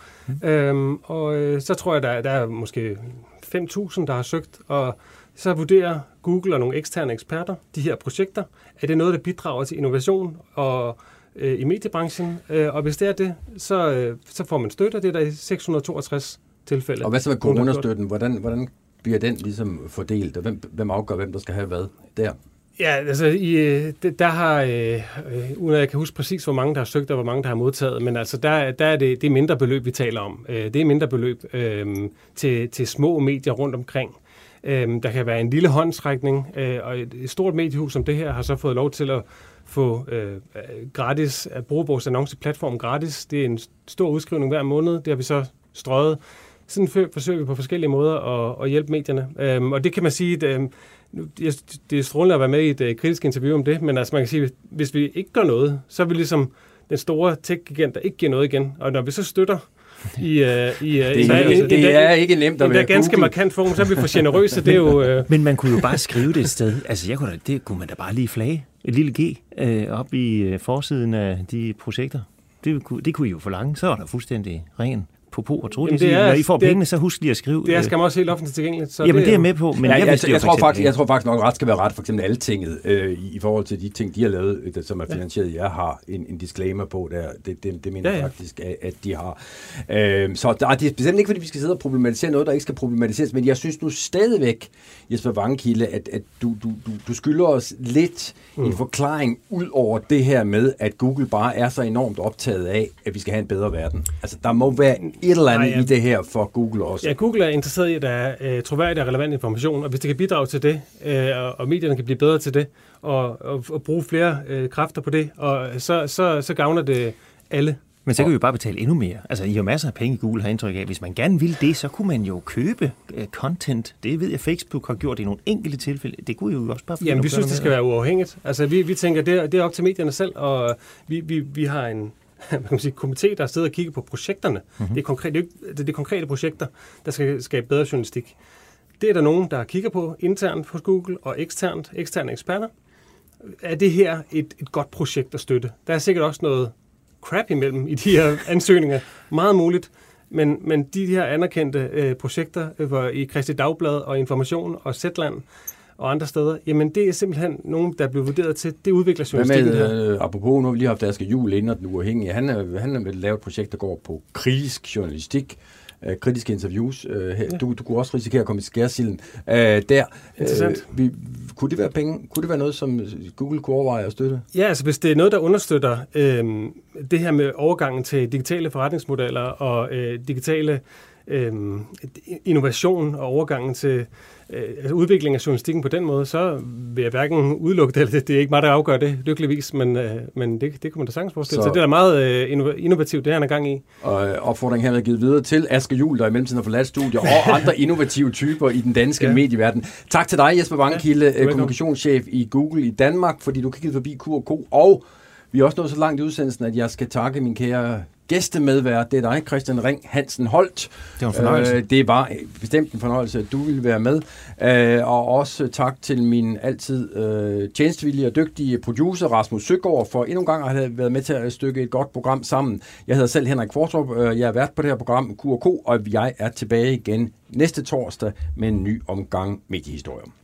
Så tror jeg, der er måske 5.000, der har søgt, og så vurderer Google og nogle eksterne eksperter de her projekter. Er det noget, der bidrager til innovation og i mediebranchen? Og hvis det er det, så får man støtte, og det er der i 662 tilfælde. Og hvad så med coronastøtten? Hvordan bliver den ligesom fordelt? Og hvem afgør, hvem der skal have hvad der? Ja, altså der har, uden at jeg kan huske præcis, hvor mange der har søgt og hvor mange der har modtaget, men altså der er det mindre beløb, vi taler om. Det er mindre beløb til små medier rundt omkring. Der kan være en lille håndsrækning, og et stort mediehus som det her har så fået lov til at få gratis, at bruge vores annonceplatform gratis. Det er en stor udskrivning hver måned, det har vi så strøget. Sådan forsøger vi på forskellige måder at hjælpe medierne. Og det kan man sige, det er strålende at være med i et kritisk interview om det, men altså man kan sige, hvis vi ikke gør noget, så er vi ligesom den store tech-gigant, der ikke giver noget igen. Og når vi så støtter det er ikke nemt at være ganske Google. Markant form, så er vi for generøse. Det er jo, Men man kunne jo bare skrive det et sted. Altså det kunne man da bare lige flage. Et lille G op i forsiden af de projekter. Det kunne I jo forlange. Så var der fuldstændig ren på og tro. Når I får pengene, så husk lige at skrive. Det er skam også helt offentligt tilgængeligt. Så jamen det er med på, men jeg tror faktisk nok ret skal være ret. For eksempel Altinget i forhold til de ting, de har lavet, som er finansieret. Jeg har en disclaimer på der. Det mener jeg faktisk, at de har. Så det er bestemt ikke, fordi vi skal sidde og problematisere noget, der ikke skal problematiseres, men jeg synes nu stadigvæk, Jesper Vangkilde, at du skylder os lidt en forklaring ud over det her med, at Google bare er så enormt optaget af, at vi skal have en bedre verden. Altså, der må være et eller andet i det her for Google også. Ja, Google er interesseret i, at der er troværdig og relevant information, og hvis det kan bidrage til det, og medierne kan blive bedre til det, og bruge flere kræfter på det, og så gavner det alle. Men så kan vi jo bare betale endnu mere. Altså, I har masser af penge i Google, har indtryk af. Hvis man gerne vil det, så kunne man jo købe content. Det ved jeg, Facebook har gjort i nogle enkelte tilfælde. Det kunne jo også bare... Jamen, vi synes, det skal være uafhængigt. Altså, vi tænker, det er op til medierne selv, og vi har en komité, der sidder og kigger på projekterne. Mm-hmm. Det er konkrete projekter, der skal skabe bedre journalistik. Det er der nogen, der kigger på internt hos Google og eksterne eksperter. Er det her et godt projekt at støtte? Der er sikkert også noget crap imellem i de her ansøgninger. Meget muligt. Men de her anerkendte projekter i Kristi Dagblad og Information og Zetland og andre steder, jamen det er simpelthen nogen, der er blevet vurderet til, det udvikler journalistikken her. Apropos, nu har vi lige haft Asger Juhl inden, og den uafhængige. Han har lavet et projekt, der går på kritisk journalistik, kritiske interviews. Du kunne også risikere at komme i skærsilden der. Interessant. Kunne det være penge? Kunne det være noget, som Google kunne overveje at støtte? Ja, altså hvis det er noget, der understøtter det her med overgangen til digitale forretningsmodeller og digitale innovation og overgangen til udvikling af journalistikken på den måde, så vil jeg hverken udelukke det. Det er ikke mig, der afgør det, lykkeligvis, men det kunne man da sagtens forestille. Så det er da meget innovativt, det han er gang i. Og opfordringen her er givet videre til Asger Juhl, der i mellemtiden har forladt studier, og andre innovative typer i den danske medieverden. Tak til dig, Jesper Vangkilde, kommunikationschef i Google i Danmark, fordi du kiggede forbi Q&K, og vi er også nået så langt i udsendelsen, at jeg skal takke min kære gæstemedvært. Det er dig, Christian Ring Hansen Holt. Det var en fornøjelse. Det var bestemt en fornøjelse, at du ville være med. Og også tak til min altid tjenestevillige og dygtige producer, Rasmus Søgaard, for endnu en gang at have været med til at stykke et godt program sammen. Jeg hedder selv Henrik Kvartrup. Jeg er vært på det her program Q&K, og jeg er tilbage igen næste torsdag med en ny omgang mediehistorier.